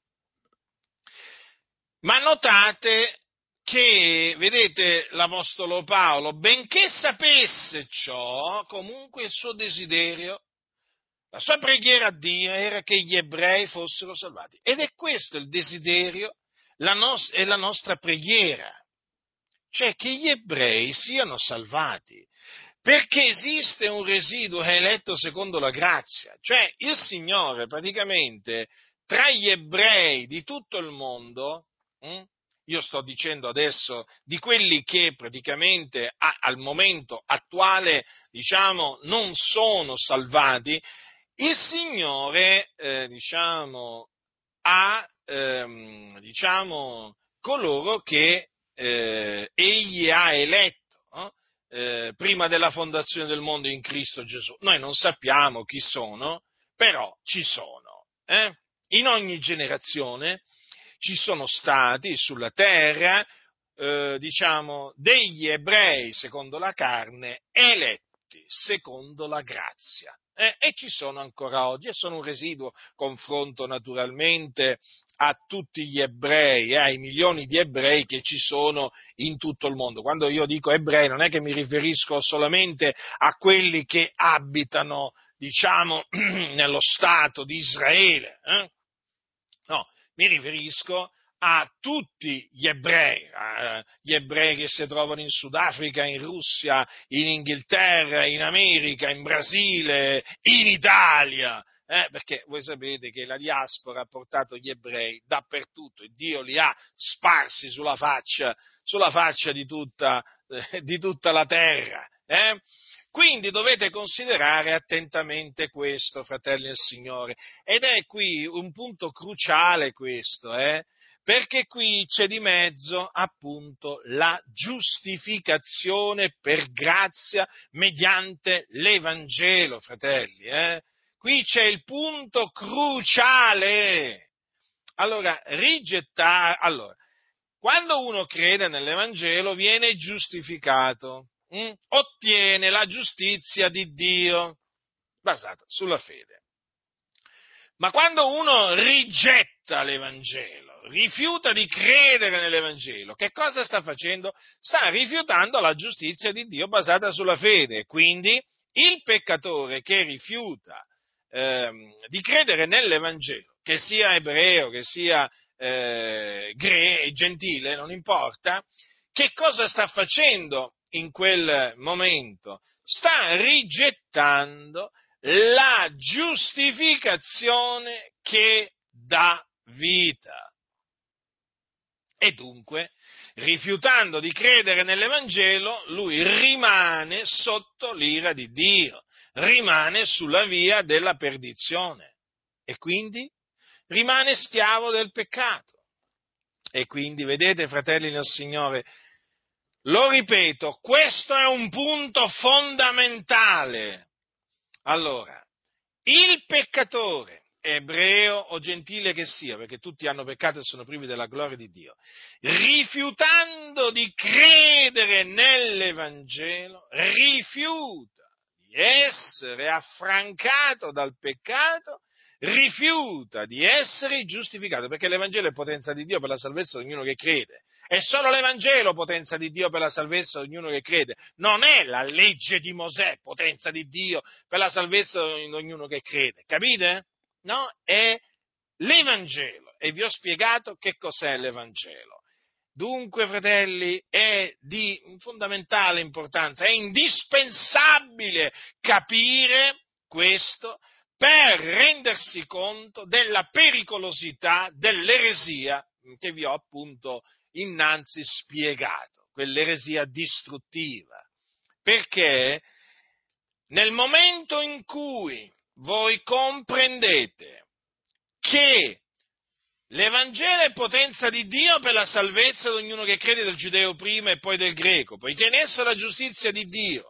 Speaker 1: Ma notate che, vedete, l'Apostolo Paolo, benché sapesse ciò, comunque il suo desiderio, la sua preghiera a Dio era che gli ebrei fossero salvati. Ed è questo il desiderio, la nos- è la nostra preghiera, cioè che gli ebrei siano salvati, perché esiste un residuo che è eletto secondo la grazia, cioè il Signore praticamente tra gli ebrei di tutto il mondo, hm, io sto dicendo adesso di quelli che praticamente a, al momento attuale, diciamo, non sono salvati, il Signore, eh, diciamo, ha, ehm, diciamo, coloro che eh, Egli ha eletto, no? eh, prima della fondazione del mondo in Cristo Gesù. Noi non sappiamo chi sono, però ci sono. Eh? In ogni generazione ci sono stati sulla terra, eh, diciamo, degli ebrei secondo la carne, eletti secondo la grazia. Eh, e ci sono ancora oggi, e sono un residuo confronto naturalmente a tutti gli ebrei, eh, ai milioni di ebrei che ci sono in tutto il mondo. Quando io dico ebrei non è che mi riferisco solamente a quelli che abitano, diciamo, nello Stato di Israele, eh? No, mi riferisco a tutti gli ebrei, gli ebrei che si trovano in Sudafrica, in Russia, in Inghilterra, in America, in Brasile, in Italia, eh, perché voi sapete che la diaspora ha portato gli ebrei dappertutto e Dio li ha sparsi sulla faccia, sulla faccia di tutta, eh, di tutta la terra. Eh? Quindi dovete considerare attentamente questo, fratelli del Signore, ed è qui un punto cruciale questo, eh? Perché qui c'è di mezzo appunto la giustificazione per grazia mediante l'Evangelo, fratelli, eh? Qui c'è il punto cruciale. Allora, rigettare, allora, quando uno crede nell'Evangelo viene giustificato, hm? Ottiene la giustizia di Dio basata sulla fede. Ma quando uno rigetta l'Evangelo, rifiuta di credere nell'Evangelo, che cosa sta facendo? Sta rifiutando la giustizia di Dio basata sulla fede. Quindi il peccatore che rifiuta ehm, di credere nell'Evangelo, che sia ebreo, che sia eh, gre- gentile, non importa, che cosa sta facendo in quel momento? Sta rigettando la giustificazione che dà vita. E dunque, rifiutando di credere nell'Evangelo, lui rimane sotto l'ira di Dio, rimane sulla via della perdizione e quindi rimane schiavo del peccato. E quindi, vedete, fratelli nel Signore, lo ripeto, questo è un punto fondamentale. Allora, il peccatore, ebreo o gentile che sia, perché tutti hanno peccato e sono privi della gloria di Dio, rifiutando di credere nell'Evangelo, rifiuta di essere affrancato dal peccato, rifiuta di essere giustificato, perché l'Evangelo è potenza di Dio per la salvezza di ognuno che crede. È solo l'Evangelo potenza di Dio per la salvezza di ognuno che crede. Non è la legge di Mosè potenza di Dio per la salvezza di ognuno che crede. Capite? No? È l'Evangelo. E vi ho spiegato che cos'è l'Evangelo. Dunque, fratelli, è di fondamentale importanza, è indispensabile capire questo per rendersi conto della pericolosità dell'eresia che vi ho appunto innanzi spiegato, quell'eresia distruttiva. Perché nel momento in cui voi comprendete che l'Evangelo è potenza di Dio per la salvezza di ognuno che crede, del giudeo prima e poi del greco, poiché in esso la giustizia di Dio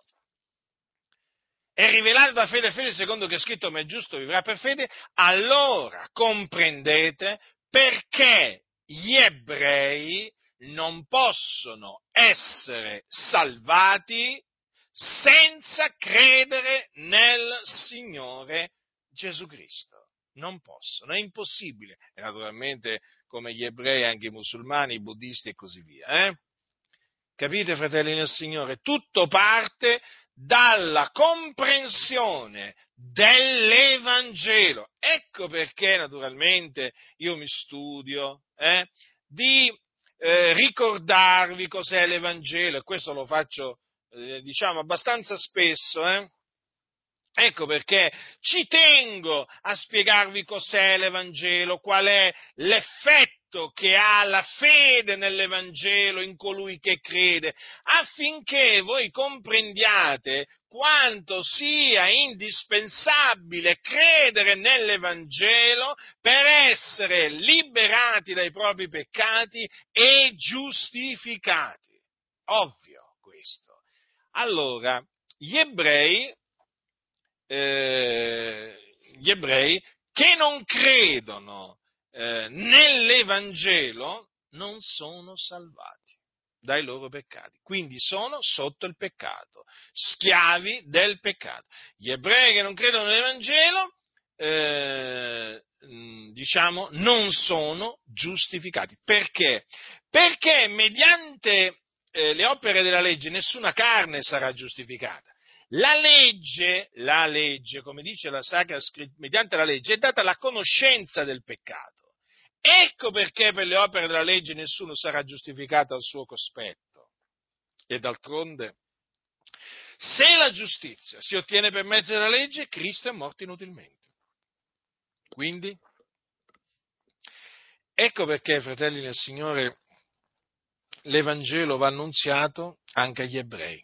Speaker 1: è rivelata da fede a fede, secondo che è scritto, ma è giusto vivrà per fede, allora comprendete perché gli ebrei non possono essere salvati senza credere nel Signore Gesù Cristo. Non possono, è impossibile. E naturalmente, come gli ebrei, anche i musulmani, i buddisti e così via. Eh? Capite, fratelli nel Signore? Tutto parte dalla comprensione dell'Evangelo. Ecco perché, naturalmente, io mi studio eh, di eh, ricordarvi cos'è l'Evangelo, e questo lo faccio, eh, diciamo, abbastanza spesso, eh. Ecco perché ci tengo a spiegarvi cos'è l'Evangelo, qual è l'effetto che ha la fede nell'Evangelo in colui che crede, affinché voi comprendiate quanto sia indispensabile credere nell'Evangelo per essere liberati dai propri peccati e giustificati. Ovvio questo. Allora, gli ebrei Eh, gli ebrei che non credono eh, nell'Evangelo non sono salvati dai loro peccati, quindi sono sotto il peccato, schiavi del peccato. Gli ebrei che non credono nell'Evangelo, eh, diciamo, non sono giustificati. Perché? Perché mediante eh, le opere della legge nessuna carne sarà giustificata. La legge, la legge, come dice la Sacra Scrittura, mediante la legge è data la conoscenza del peccato. Ecco perché per le opere della legge nessuno sarà giustificato al suo cospetto. E d'altronde, se la giustizia si ottiene per mezzo della legge, Cristo è morto inutilmente. Quindi, ecco perché, fratelli nel Signore, l'Evangelo va annunziato anche agli ebrei.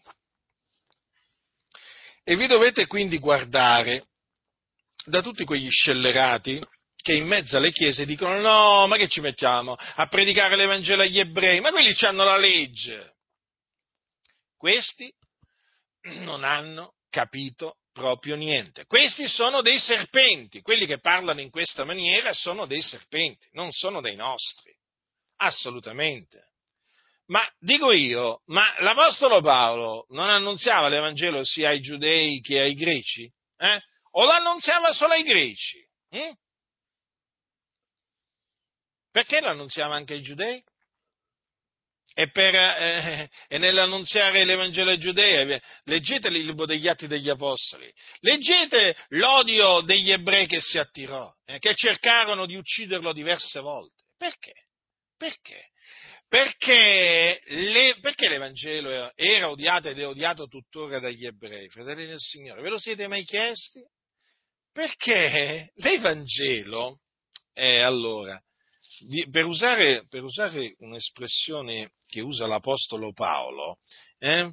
Speaker 1: E vi dovete quindi guardare da tutti quegli scellerati che in mezzo alle chiese dicono no, ma che ci mettiamo a predicare l'Evangelo agli ebrei? Ma quelli hanno la legge. Questi non hanno capito proprio niente. Questi sono dei serpenti, quelli che parlano in questa maniera sono dei serpenti, non sono dei nostri, assolutamente. Ma dico io, ma l'Apostolo Paolo non annunziava l'Evangelo sia ai giudei che ai greci? Eh? O lo annunziava solo ai greci? Hm? Perché lo annunziava anche ai giudei? E, per, eh, e nell'annunziare l'Evangelo ai giudei, leggete il libro degli Atti degli Apostoli, leggete l'odio degli ebrei che si attirò, eh, che cercarono di ucciderlo diverse volte. Perché? Perché? Perché, le, perché l'Evangelo era odiato ed è odiato tuttora dagli ebrei, fratelli del Signore? Ve lo siete mai chiesti? Perché l'Evangelo è allora, per usare, per usare un'espressione che usa l'Apostolo Paolo, eh,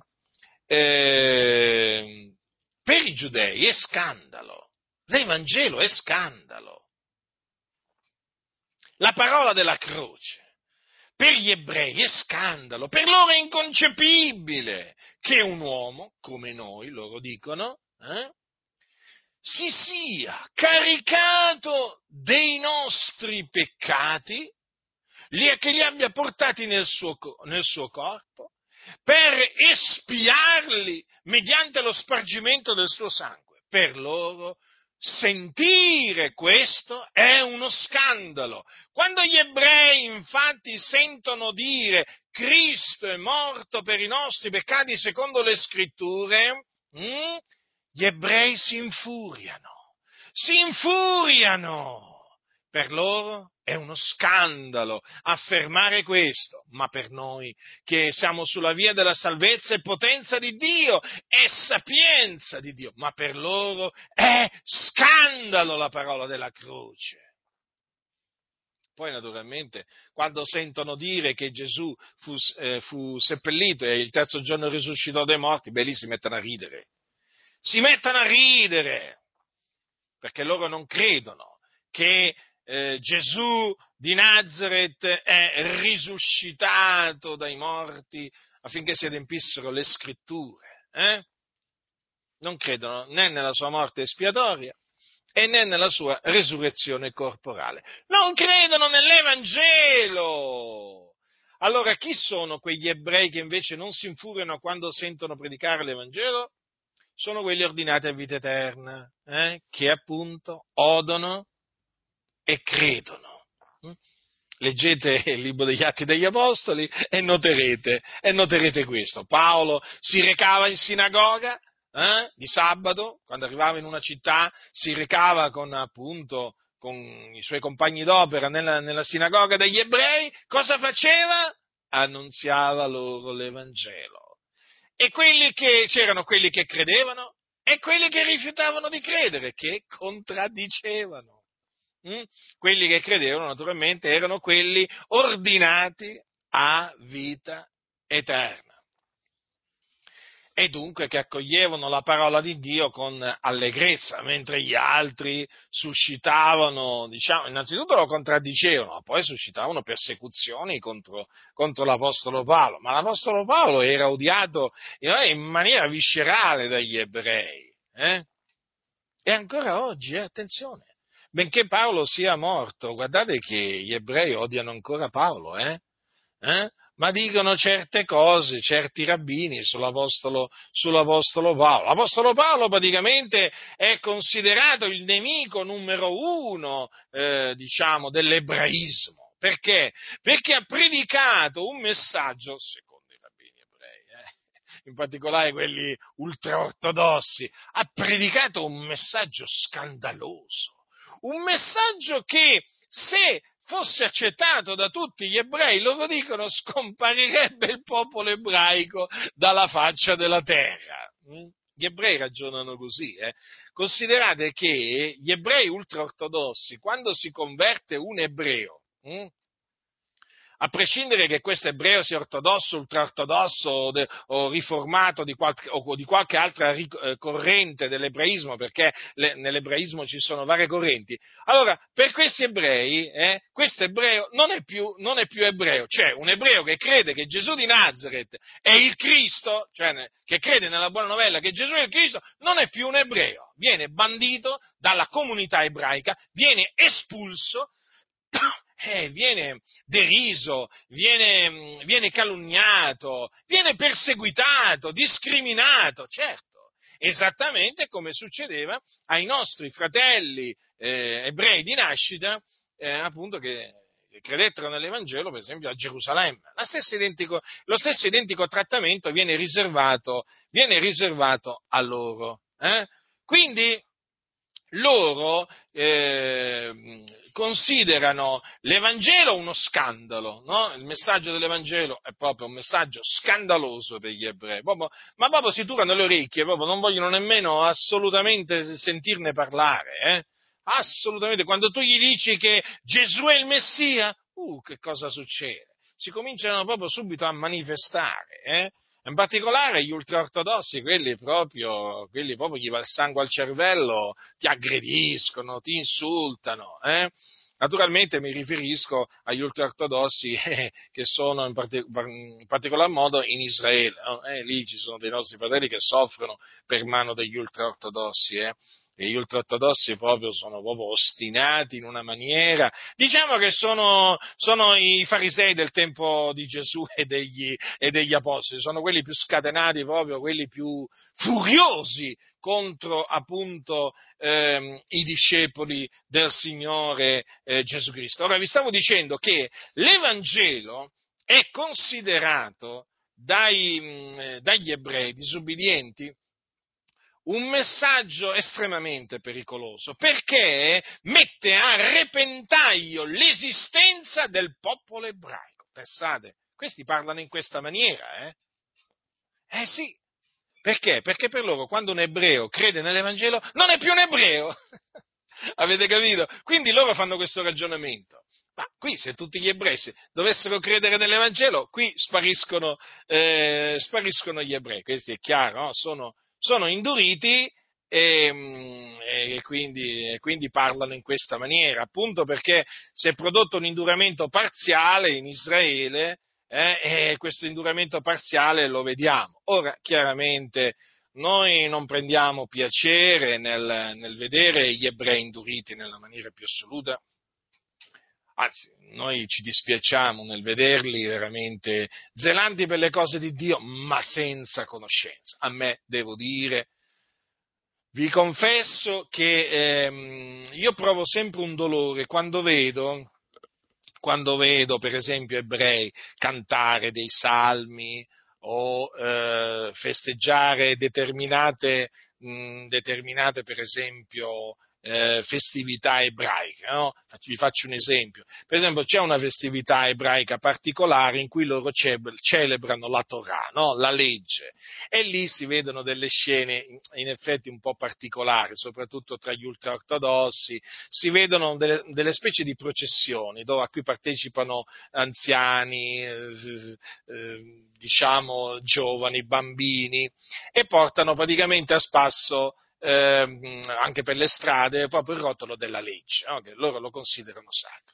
Speaker 1: eh, per i giudei è scandalo, l'Evangelo è scandalo. La parola della croce per gli ebrei è scandalo, per loro è inconcepibile che un uomo, come noi, loro dicono, eh, si sia caricato dei nostri peccati, li, che li abbia portati nel suo, nel suo corpo, per espiarli mediante lo spargimento del suo sangue. Per loro sentire questo è uno scandalo. Quando gli ebrei infatti sentono dire Cristo è morto per i nostri peccati secondo le scritture, hm, gli ebrei si infuriano, si infuriano. Per loro è uno scandalo affermare questo, ma per noi che siamo sulla via della salvezza e potenza di Dio e sapienza di Dio, ma per loro è scandalo la parola della croce. Poi naturalmente quando sentono dire che Gesù fu, eh, fu seppellito e il terzo giorno risuscitò dai morti, beh lì si mettono a ridere, si mettono a ridere, perché loro non credono che eh, Gesù di Nazaret è risuscitato dai morti affinché si adempissero le scritture. Eh? Non credono né nella sua morte espiatoria e né nella sua resurrezione corporale. Non credono nell'Evangelo. Allora chi sono quegli ebrei che invece non si infuriano quando sentono predicare l'Evangelo? Sono quelli ordinati a vita eterna, eh? Che appunto odono e credono. Leggete il libro degli Atti degli Apostoli e noterete, e noterete questo. Paolo si recava in sinagoga eh, di sabato, quando arrivava in una città, si recava con appunto con i suoi compagni d'opera nella, nella sinagoga degli ebrei. Cosa faceva? Annunziava loro l'Evangelo. E quelli che c'erano quelli che credevano e quelli che rifiutavano di credere, che contraddicevano. Mm? Quelli che credevano naturalmente erano quelli ordinati a vita eterna e dunque che accoglievano la parola di Dio con allegrezza, mentre gli altri suscitavano, diciamo, innanzitutto lo contraddicevano, ma poi suscitavano persecuzioni contro, contro l'Apostolo Paolo, ma l'Apostolo Paolo era odiato in maniera viscerale dagli ebrei, eh? E ancora oggi, eh, attenzione, benché Paolo sia morto. Guardate che gli ebrei odiano ancora Paolo, eh? Eh? Ma dicono certe cose, certi rabbini sull'apostolo, sull'apostolo Paolo. L'apostolo Paolo praticamente è considerato il nemico numero uno, eh, diciamo, dell'ebraismo. Perché? Perché ha predicato un messaggio, secondo i rabbini ebrei, eh, in particolare quelli ultraortodossi, ha predicato un messaggio scandaloso, un messaggio che se fosse accettato da tutti gli ebrei, loro dicono, scomparirebbe il popolo ebraico dalla faccia della terra. Gli ebrei ragionano così, eh. Considerate che gli ebrei ultraortodossi, quando si converte un ebreo, hm? a prescindere che questo ebreo sia ortodosso, ultraortodosso o, de, o riformato di qualche, o di qualche altra ric, eh, corrente dell'ebraismo, perché le, nell'ebraismo ci sono varie correnti, allora per questi ebrei, eh, questo ebreo non è, più, non è più ebreo, cioè un ebreo che crede che Gesù di Nazaret è il Cristo, cioè che crede nella buona novella che Gesù è il Cristo, non è più un ebreo, viene bandito dalla comunità ebraica, viene espulso, Eh, viene deriso, viene, viene calunniato, viene perseguitato, discriminato, certo, esattamente come succedeva ai nostri fratelli eh, ebrei di nascita, eh, appunto che, che credettero nell'Evangelo, per esempio a Gerusalemme. La stessa identico, lo stesso identico trattamento viene riservato, viene riservato a loro. Eh? Quindi loro eh, considerano l'Evangelo uno scandalo, no? Il messaggio dell'Evangelo è proprio un messaggio scandaloso per gli ebrei, proprio, ma proprio si turano le orecchie, proprio non vogliono nemmeno assolutamente sentirne parlare, eh? Assolutamente, quando tu gli dici che Gesù è il Messia, uh, che cosa succede? Si cominciano proprio subito a manifestare, eh? In particolare gli ultraortodossi, quelli proprio, quelli proprio gli va il sangue al cervello, ti aggrediscono, ti insultano, eh? Naturalmente mi riferisco agli ultraortodossi eh, che sono in, partic- in, particolar modo in Israele, no? eh, lì ci sono dei nostri fratelli che soffrono per mano degli ultraortodossi, eh? E gli ultraortodossi proprio sono proprio ostinati in una maniera, diciamo che sono, sono i farisei del tempo di Gesù e degli, e degli apostoli, sono quelli più scatenati, proprio quelli più furiosi contro appunto ehm, i discepoli del Signore eh, Gesù Cristo. Ora vi stavo dicendo che l'Evangelo è considerato dai, mh, dagli ebrei disubbidienti un messaggio estremamente pericoloso, perché mette a repentaglio l'esistenza del popolo ebraico. Pensate, questi parlano in questa maniera, eh? Eh sì, perché? Perché per loro quando un ebreo crede nell'Evangelo non è più un ebreo. Avete capito? Quindi loro fanno questo ragionamento. Ma qui se tutti gli ebrei dovessero credere nell'Evangelo, qui spariscono, eh, spariscono gli ebrei. Questo è chiaro, no? Sono, sono induriti e, e, quindi, e quindi parlano in questa maniera, appunto perché si è prodotto un induramento parziale in Israele, eh, e questo induramento parziale lo vediamo. Ora, chiaramente, noi non prendiamo piacere nel, nel vedere gli ebrei induriti nella maniera più assoluta, anzi, noi ci dispiacciamo nel vederli veramente zelanti per le cose di Dio, ma senza conoscenza. A me, devo dire, vi confesso che ehm, io provo sempre un dolore quando vedo, quando vedo per esempio ebrei cantare dei salmi o eh, festeggiare determinate, mh, determinate per esempio eh, festività ebraiche, no? Vi faccio un esempio. Per esempio c'è una festività ebraica particolare in cui loro celebrano la Torah, no? La legge, e lì si vedono delle scene in effetti un po' particolari, soprattutto tra gli ultraortodossi, si vedono delle, delle specie di processioni dove a cui partecipano anziani, eh, eh, diciamo giovani, bambini, e portano praticamente a spasso eh, anche per le strade proprio il rotolo della legge, no? Che loro lo considerano sacro.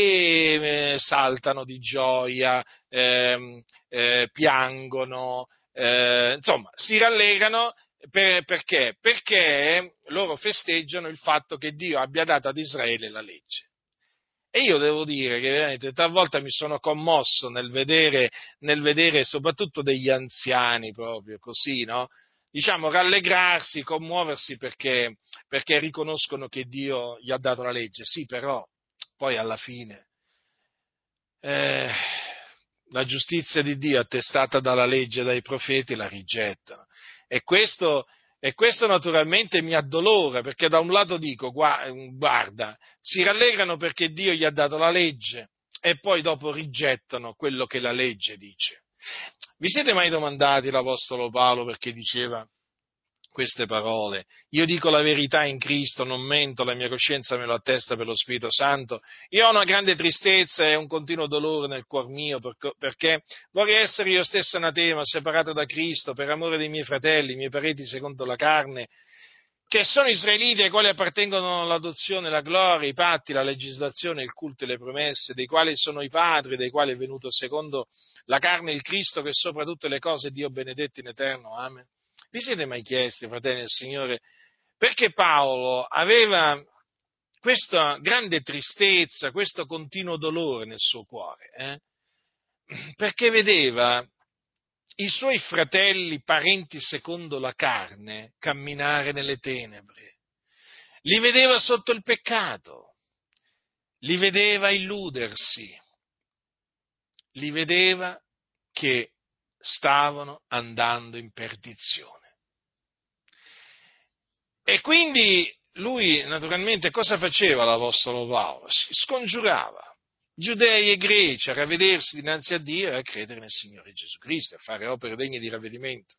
Speaker 1: E eh, saltano di gioia, ehm, eh, piangono, eh, insomma, si rallegrano per, perché? Perché loro festeggiano il fatto che Dio abbia dato ad Israele la legge. E io devo dire che veramente talvolta mi sono commosso nel vedere, nel vedere soprattutto degli anziani proprio così, no? Diciamo, rallegrarsi, commuoversi perché, perché riconoscono che Dio gli ha dato la legge. Sì, però poi alla fine eh, la giustizia di Dio attestata dalla legge e dai profeti la rigettano. E questo, e questo naturalmente mi addolora, perché da un lato dico, guarda, si rallegrano perché Dio gli ha dato la legge e poi dopo rigettano quello che la legge dice. Vi siete mai domandati l'Apostolo Paolo perché diceva queste parole? Io dico la verità in Cristo, non mento, la mia coscienza me lo attesta per lo Spirito Santo. Io ho una grande tristezza e un continuo dolore nel cuor mio perché vorrei essere io stesso anatema, separato da Cristo per amore dei miei fratelli, i miei parenti secondo la carne, che sono israeliti ai quali appartengono l'adozione, la gloria, i patti, la legislazione, il culto e le promesse, dei quali sono i padri, dei quali è venuto secondo la carne il Cristo che sopra tutte le cose Dio benedetto in eterno. Amen. Vi siete mai chiesti, fratelli del Signore, perché Paolo aveva questa grande tristezza, questo continuo dolore nel suo cuore? Eh? Perché vedeva i suoi fratelli, parenti secondo la carne, camminare nelle tenebre. Li vedeva sotto il peccato, li vedeva illudersi, li vedeva che stavano andando in perdizione. E quindi lui, naturalmente, cosa faceva l'Apostolo Paolo? Si scongiurava giudei e greci a ravvedersi dinanzi a Dio e a credere nel Signore Gesù Cristo, a fare opere degne di ravvedimento.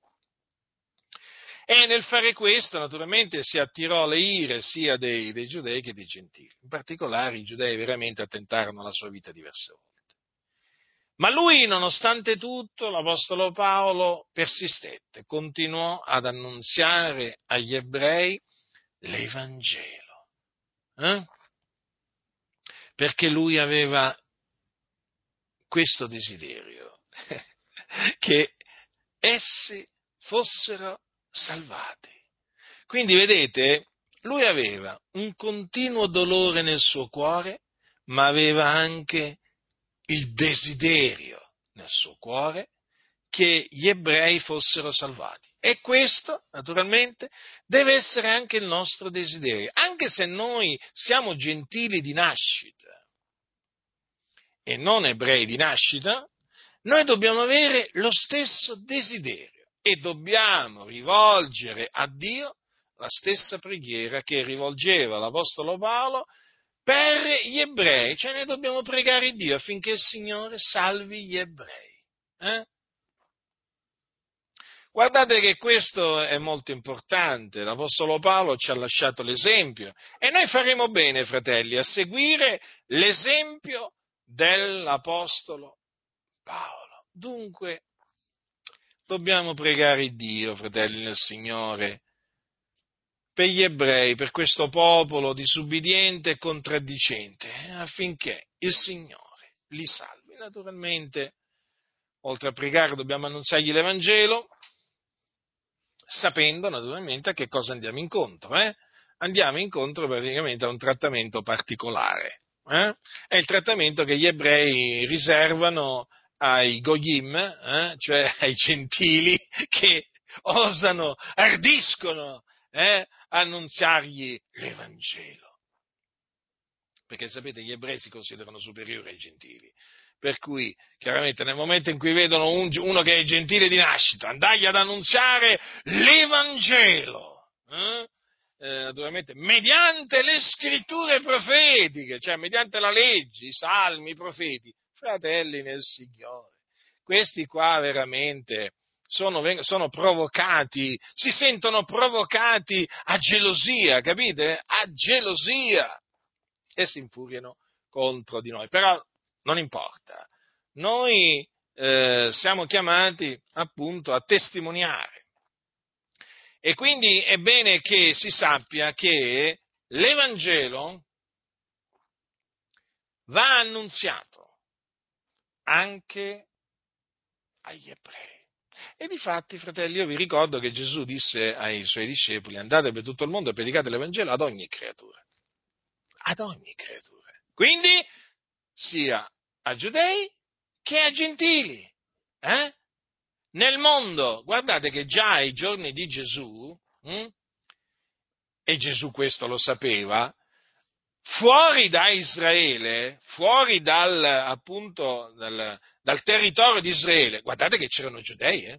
Speaker 1: E nel fare questo, naturalmente, si attirò le ire sia dei, dei giudei che dei gentili. In particolare, i giudei veramente attentarono alla sua vita diverse volte. Ma lui, nonostante tutto, l'Apostolo Paolo persistette, continuò ad annunziare agli ebrei l'Evangelo, eh? Perché lui aveva questo desiderio, che essi fossero salvati. Quindi, vedete, lui aveva un continuo dolore nel suo cuore, ma aveva anche il desiderio nel suo cuore che gli ebrei fossero salvati. E questo, naturalmente, deve essere anche il nostro desiderio, anche se noi siamo gentili di nascita e non ebrei di nascita, noi dobbiamo avere lo stesso desiderio e dobbiamo rivolgere a Dio la stessa preghiera che rivolgeva l'Apostolo Paolo per gli ebrei, cioè noi dobbiamo pregare Dio affinché il Signore salvi gli ebrei. Eh? Guardate che questo è molto importante, l'Apostolo Paolo ci ha lasciato l'esempio e noi faremo bene, fratelli, a seguire l'esempio dell'Apostolo Paolo. Dunque, dobbiamo pregare Dio, fratelli nel Signore, per gli ebrei, per questo popolo disubbidiente e contraddicente, affinché il Signore li salvi. Naturalmente, oltre a pregare, dobbiamo annunziargli l'Evangelo, sapendo naturalmente a che cosa andiamo incontro. Eh? Andiamo incontro praticamente a un trattamento particolare. Eh? È il trattamento che gli ebrei riservano ai goyim, eh? Cioè ai gentili che osano, ardiscono eh? annunziargli l'Evangelo. Perché sapete, gli ebrei si considerano superiori ai gentili. Per cui, chiaramente, nel momento in cui vedono un, uno che è gentile di nascita, andargli ad annunziare l'Evangelo, eh? Eh, naturalmente, mediante le scritture profetiche, cioè mediante la legge, i salmi, i profeti, fratelli nel Signore, questi qua veramente sono, sono provocati, si sentono provocati a gelosia, capite? A gelosia, e si infuriano contro di noi. Però non importa, noi eh, siamo chiamati appunto a testimoniare. E quindi è bene che si sappia che l'Evangelo va annunziato anche agli ebrei. E difatti, fratelli, io vi ricordo che Gesù disse ai suoi discepoli: andate per tutto il mondo e predicate l'Evangelo ad ogni creatura. Ad ogni creatura. Quindi, sia a giudei che a gentili. Eh? Nel mondo, guardate che già ai giorni di Gesù, hm, e Gesù questo lo sapeva, fuori da Israele, fuori dal, appunto, dal, dal territorio di Israele, guardate che c'erano giudei, eh?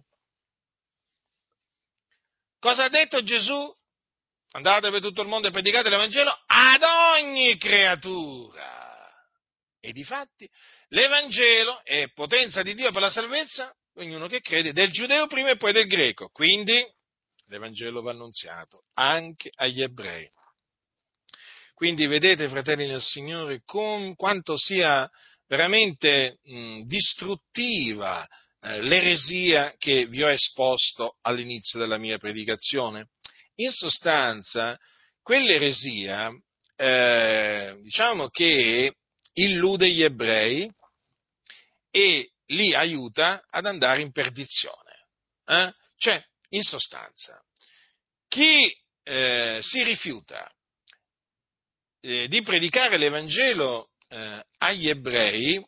Speaker 1: Cosa ha detto Gesù? Andate per tutto il mondo e predicate l'Evangelo ad ogni creatura. E difatti l'Evangelo è potenza di Dio per la salvezza, ognuno che crede, del giudeo prima e poi del greco. Quindi l'Evangelo va annunziato anche agli ebrei. Quindi vedete, fratelli del Signore, con quanto sia veramente mh, distruttiva eh, l'eresia che vi ho esposto all'inizio della mia predicazione. In sostanza, quell'eresia, eh, diciamo che illude gli ebrei e li aiuta ad andare in perdizione. Eh? Cioè, in sostanza, chi eh, si rifiuta eh, di predicare l'Evangelo eh, agli ebrei,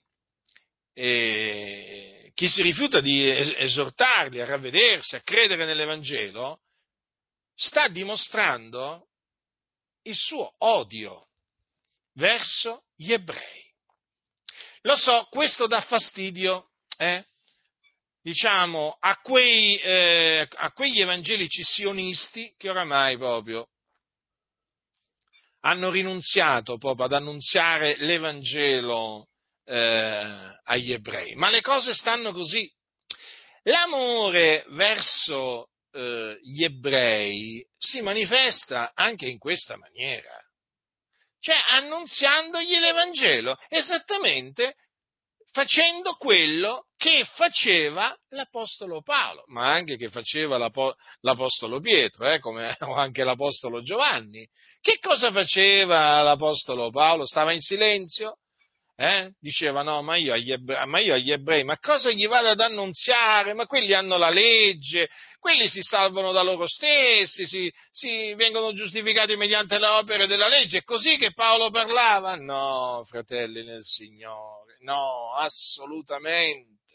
Speaker 1: eh, chi si rifiuta di es- esortarli a ravvedersi, a credere nell'Evangelo, sta dimostrando il suo odio verso gli ebrei. Lo so, questo dà fastidio, eh? diciamo, a, quei, eh, a quegli evangelici sionisti che oramai proprio hanno rinunziato proprio ad annunziare l'Evangelo eh, agli ebrei. Ma le cose stanno così. L'amore verso eh, gli ebrei si manifesta anche in questa maniera, cioè annunziandogli l'Evangelo, esattamente facendo quello che faceva l'Apostolo Paolo, ma anche che faceva l'Apostolo Pietro, eh, come o anche l'Apostolo Giovanni. Che cosa faceva l'Apostolo Paolo? Stava in silenzio? Eh? Diceva no, ma io, agli ebrei, ma io agli ebrei, ma cosa gli vado ad annunziare? Ma quelli hanno la legge, quelli si salvano da loro stessi, si, si vengono giustificati mediante le opere della legge. È così che Paolo parlava? No, fratelli nel Signore, no, assolutamente,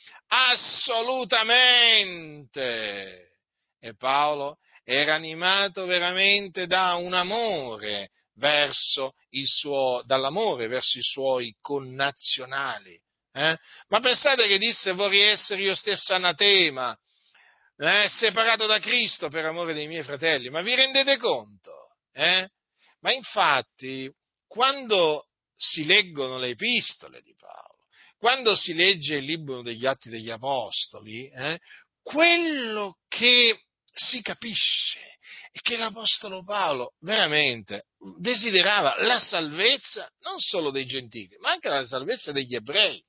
Speaker 1: assolutamente. E Paolo era animato veramente da un amore verso il suo, dall'amore verso i suoi connazionali. Eh? Ma pensate che disse vorrei essere io stesso anatema, eh? separato da Cristo per amore dei miei fratelli. Ma vi rendete conto? Eh? Ma infatti, quando si leggono le epistole di Paolo, quando si legge il libro degli Atti degli Apostoli, eh? quello che si capisce è che l'Apostolo Paolo veramente desiderava la salvezza non solo dei gentili, ma anche la salvezza degli ebrei.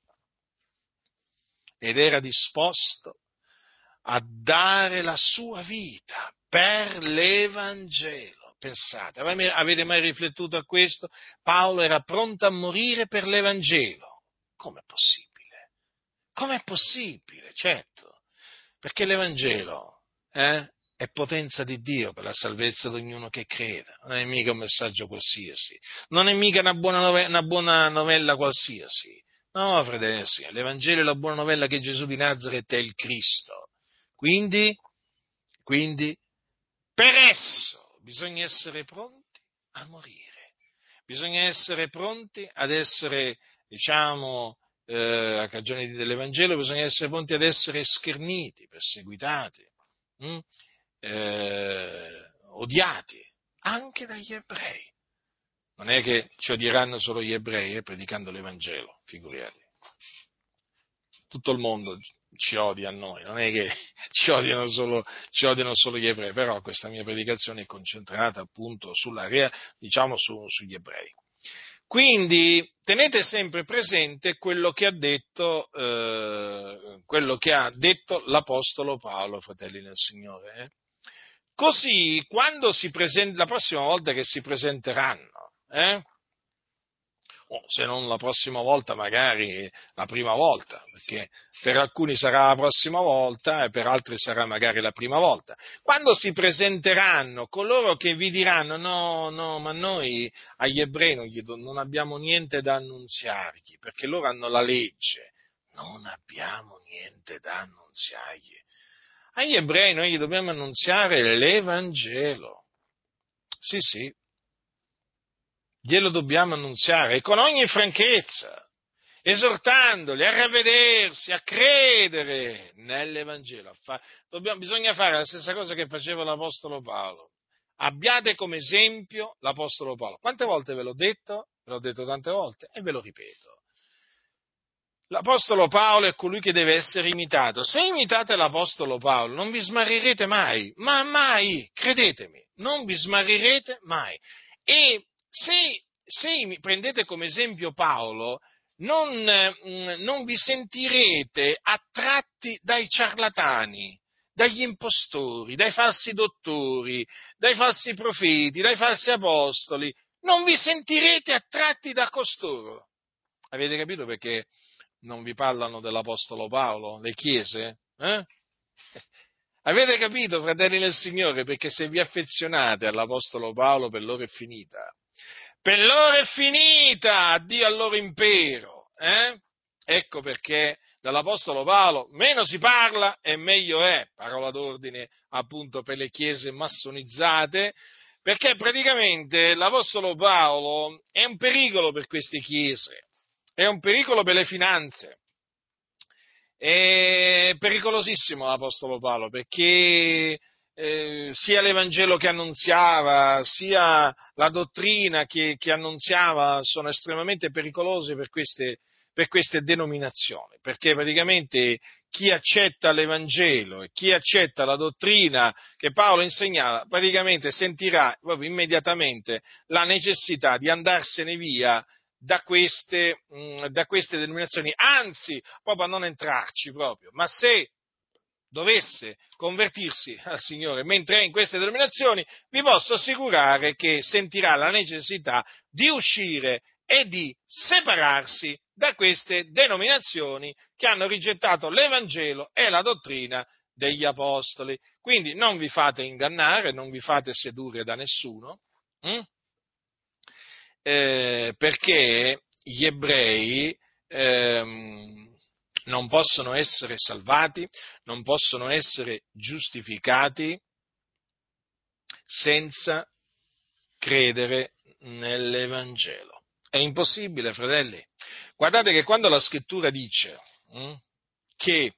Speaker 1: Ed era disposto a dare la sua vita per l'Evangelo. Pensate, avete mai riflettuto a questo? Paolo era pronto a morire per l'Evangelo. Com'è possibile? Com'è possibile? Certo, perché l'Evangelo eh, è potenza di Dio per la salvezza di ognuno che creda. Non è mica un messaggio qualsiasi, non è mica una buona novella, una buona novella qualsiasi. No, fratelli, l'Evangelo è la buona novella che Gesù di Nazaret è il Cristo. Quindi, quindi, per esso bisogna essere pronti a morire. Bisogna essere pronti ad essere, diciamo, eh, a cagione dell'Evangelo, bisogna essere pronti ad essere scherniti, perseguitati, hm? eh, odiati, anche dagli ebrei. Non è che ci odieranno solo gli ebrei eh, predicando l'Evangelo, figurati. Tutto il mondo ci odia a noi, non è che ci odiano solo, ci odiano solo gli ebrei, però questa mia predicazione è concentrata appunto sulla, diciamo, su, sugli ebrei. Quindi tenete sempre presente quello che ha detto, eh, quello che ha detto l'Apostolo Paolo, fratelli nel Signore. Eh? Così, quando si present- la prossima volta che si presenteranno, eh, o se non la prossima volta, magari la prima volta, perché per alcuni sarà la prossima volta e per altri sarà magari la prima volta. Quando si presenteranno coloro che vi diranno no, no, ma noi agli ebrei non, gli do- non abbiamo niente da annunziargli, perché loro hanno la legge, non abbiamo niente da annunziargli. Agli ebrei noi gli dobbiamo annunziare l'Evangelo. Sì, sì, glielo dobbiamo annunziare e con ogni franchezza, esortandoli a ravvedersi, a credere nell'Evangelo. A fa- dobbiamo- bisogna fare la stessa cosa che faceva l'Apostolo Paolo. Abbiate come esempio l'Apostolo Paolo. Quante volte ve l'ho detto? Ve l'ho detto tante volte e ve lo ripeto. L'Apostolo Paolo è colui che deve essere imitato. Se imitate l'Apostolo Paolo non vi smarrirete mai, ma mai, credetemi, non vi smarrirete mai. E se, se prendete come esempio Paolo, non, eh, non vi sentirete attratti dai ciarlatani, dagli impostori, dai falsi dottori, dai falsi profeti, dai falsi apostoli, non vi sentirete attratti da costoro. Avete capito perché non vi parlano dell'Apostolo Paolo, le chiese? Eh? Avete capito, fratelli del Signore, perché se vi affezionate all'Apostolo Paolo per loro è finita. Per loro è finita, addio al loro impero. Eh? Ecco perché dall'Apostolo Paolo meno si parla e meglio è, parola d'ordine appunto per le chiese massonizzate, perché praticamente l'Apostolo Paolo è un pericolo per queste chiese, è un pericolo per le finanze. È pericolosissimo l'Apostolo Paolo perché eh, sia l'Evangelo che annunziava, sia la dottrina che, che annunziava sono estremamente pericolose per queste, per queste denominazioni, perché praticamente chi accetta l'Evangelo e chi accetta la dottrina che Paolo insegnava, praticamente sentirà proprio immediatamente la necessità di andarsene via da queste, mh, da queste denominazioni, anzi, proprio a non entrarci proprio, ma se dovesse convertirsi al Signore mentre è in queste denominazioni, vi posso assicurare che sentirà la necessità di uscire e di separarsi da queste denominazioni che hanno rigettato l'Evangelo e la dottrina degli Apostoli. Quindi non vi fate ingannare, non vi fate sedurre da nessuno, hm? Eh, perché gli ebrei ehm, non possono essere salvati, non possono essere giustificati senza credere nell'Evangelo. È impossibile, fratelli. Guardate che quando la scrittura dice hm, che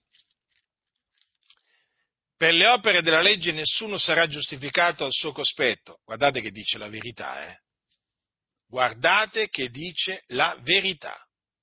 Speaker 1: per le opere della legge nessuno sarà giustificato al suo cospetto, guardate che dice la verità, eh? Guardate che dice la verità.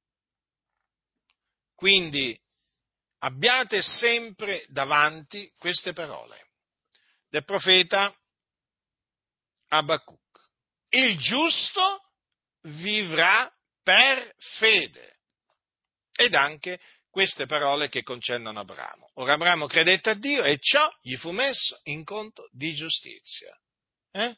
Speaker 1: Quindi abbiate sempre davanti queste parole del profeta Abacuc. Il giusto vivrà per fede. Ed anche queste parole che concernono Abramo. Ora Abramo credette a Dio e ciò gli fu messo in conto di giustizia. Eh?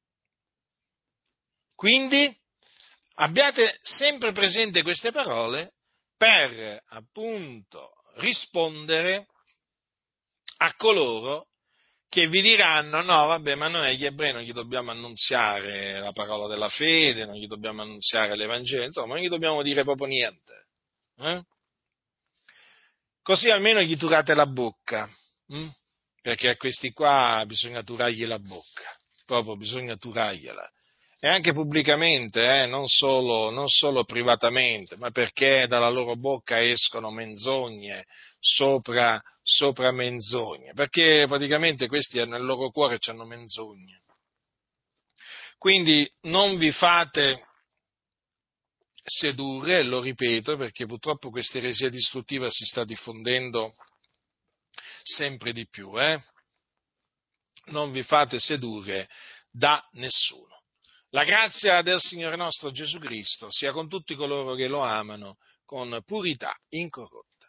Speaker 1: Quindi abbiate sempre presente queste parole per appunto rispondere a coloro che vi diranno no, vabbè, ma noi agli ebrei non gli dobbiamo annunziare la parola della fede, non gli dobbiamo annunziare l'Evangelo, insomma, non gli dobbiamo dire proprio niente. Eh? Così almeno gli turate la bocca, hm? Perché a questi qua bisogna turargli la bocca, proprio bisogna turargliela. E anche pubblicamente, eh, non solo, non solo privatamente, ma perché dalla loro bocca escono menzogne sopra, sopra menzogne, perché praticamente questi nel loro cuore c'hanno menzogne. Quindi non vi fate sedurre, lo ripeto, perché purtroppo questa eresia distruttiva si sta diffondendo sempre di più, eh? Non vi fate sedurre da nessuno. La grazia del Signore nostro Gesù Cristo sia con tutti coloro che lo amano con purità incorrotta.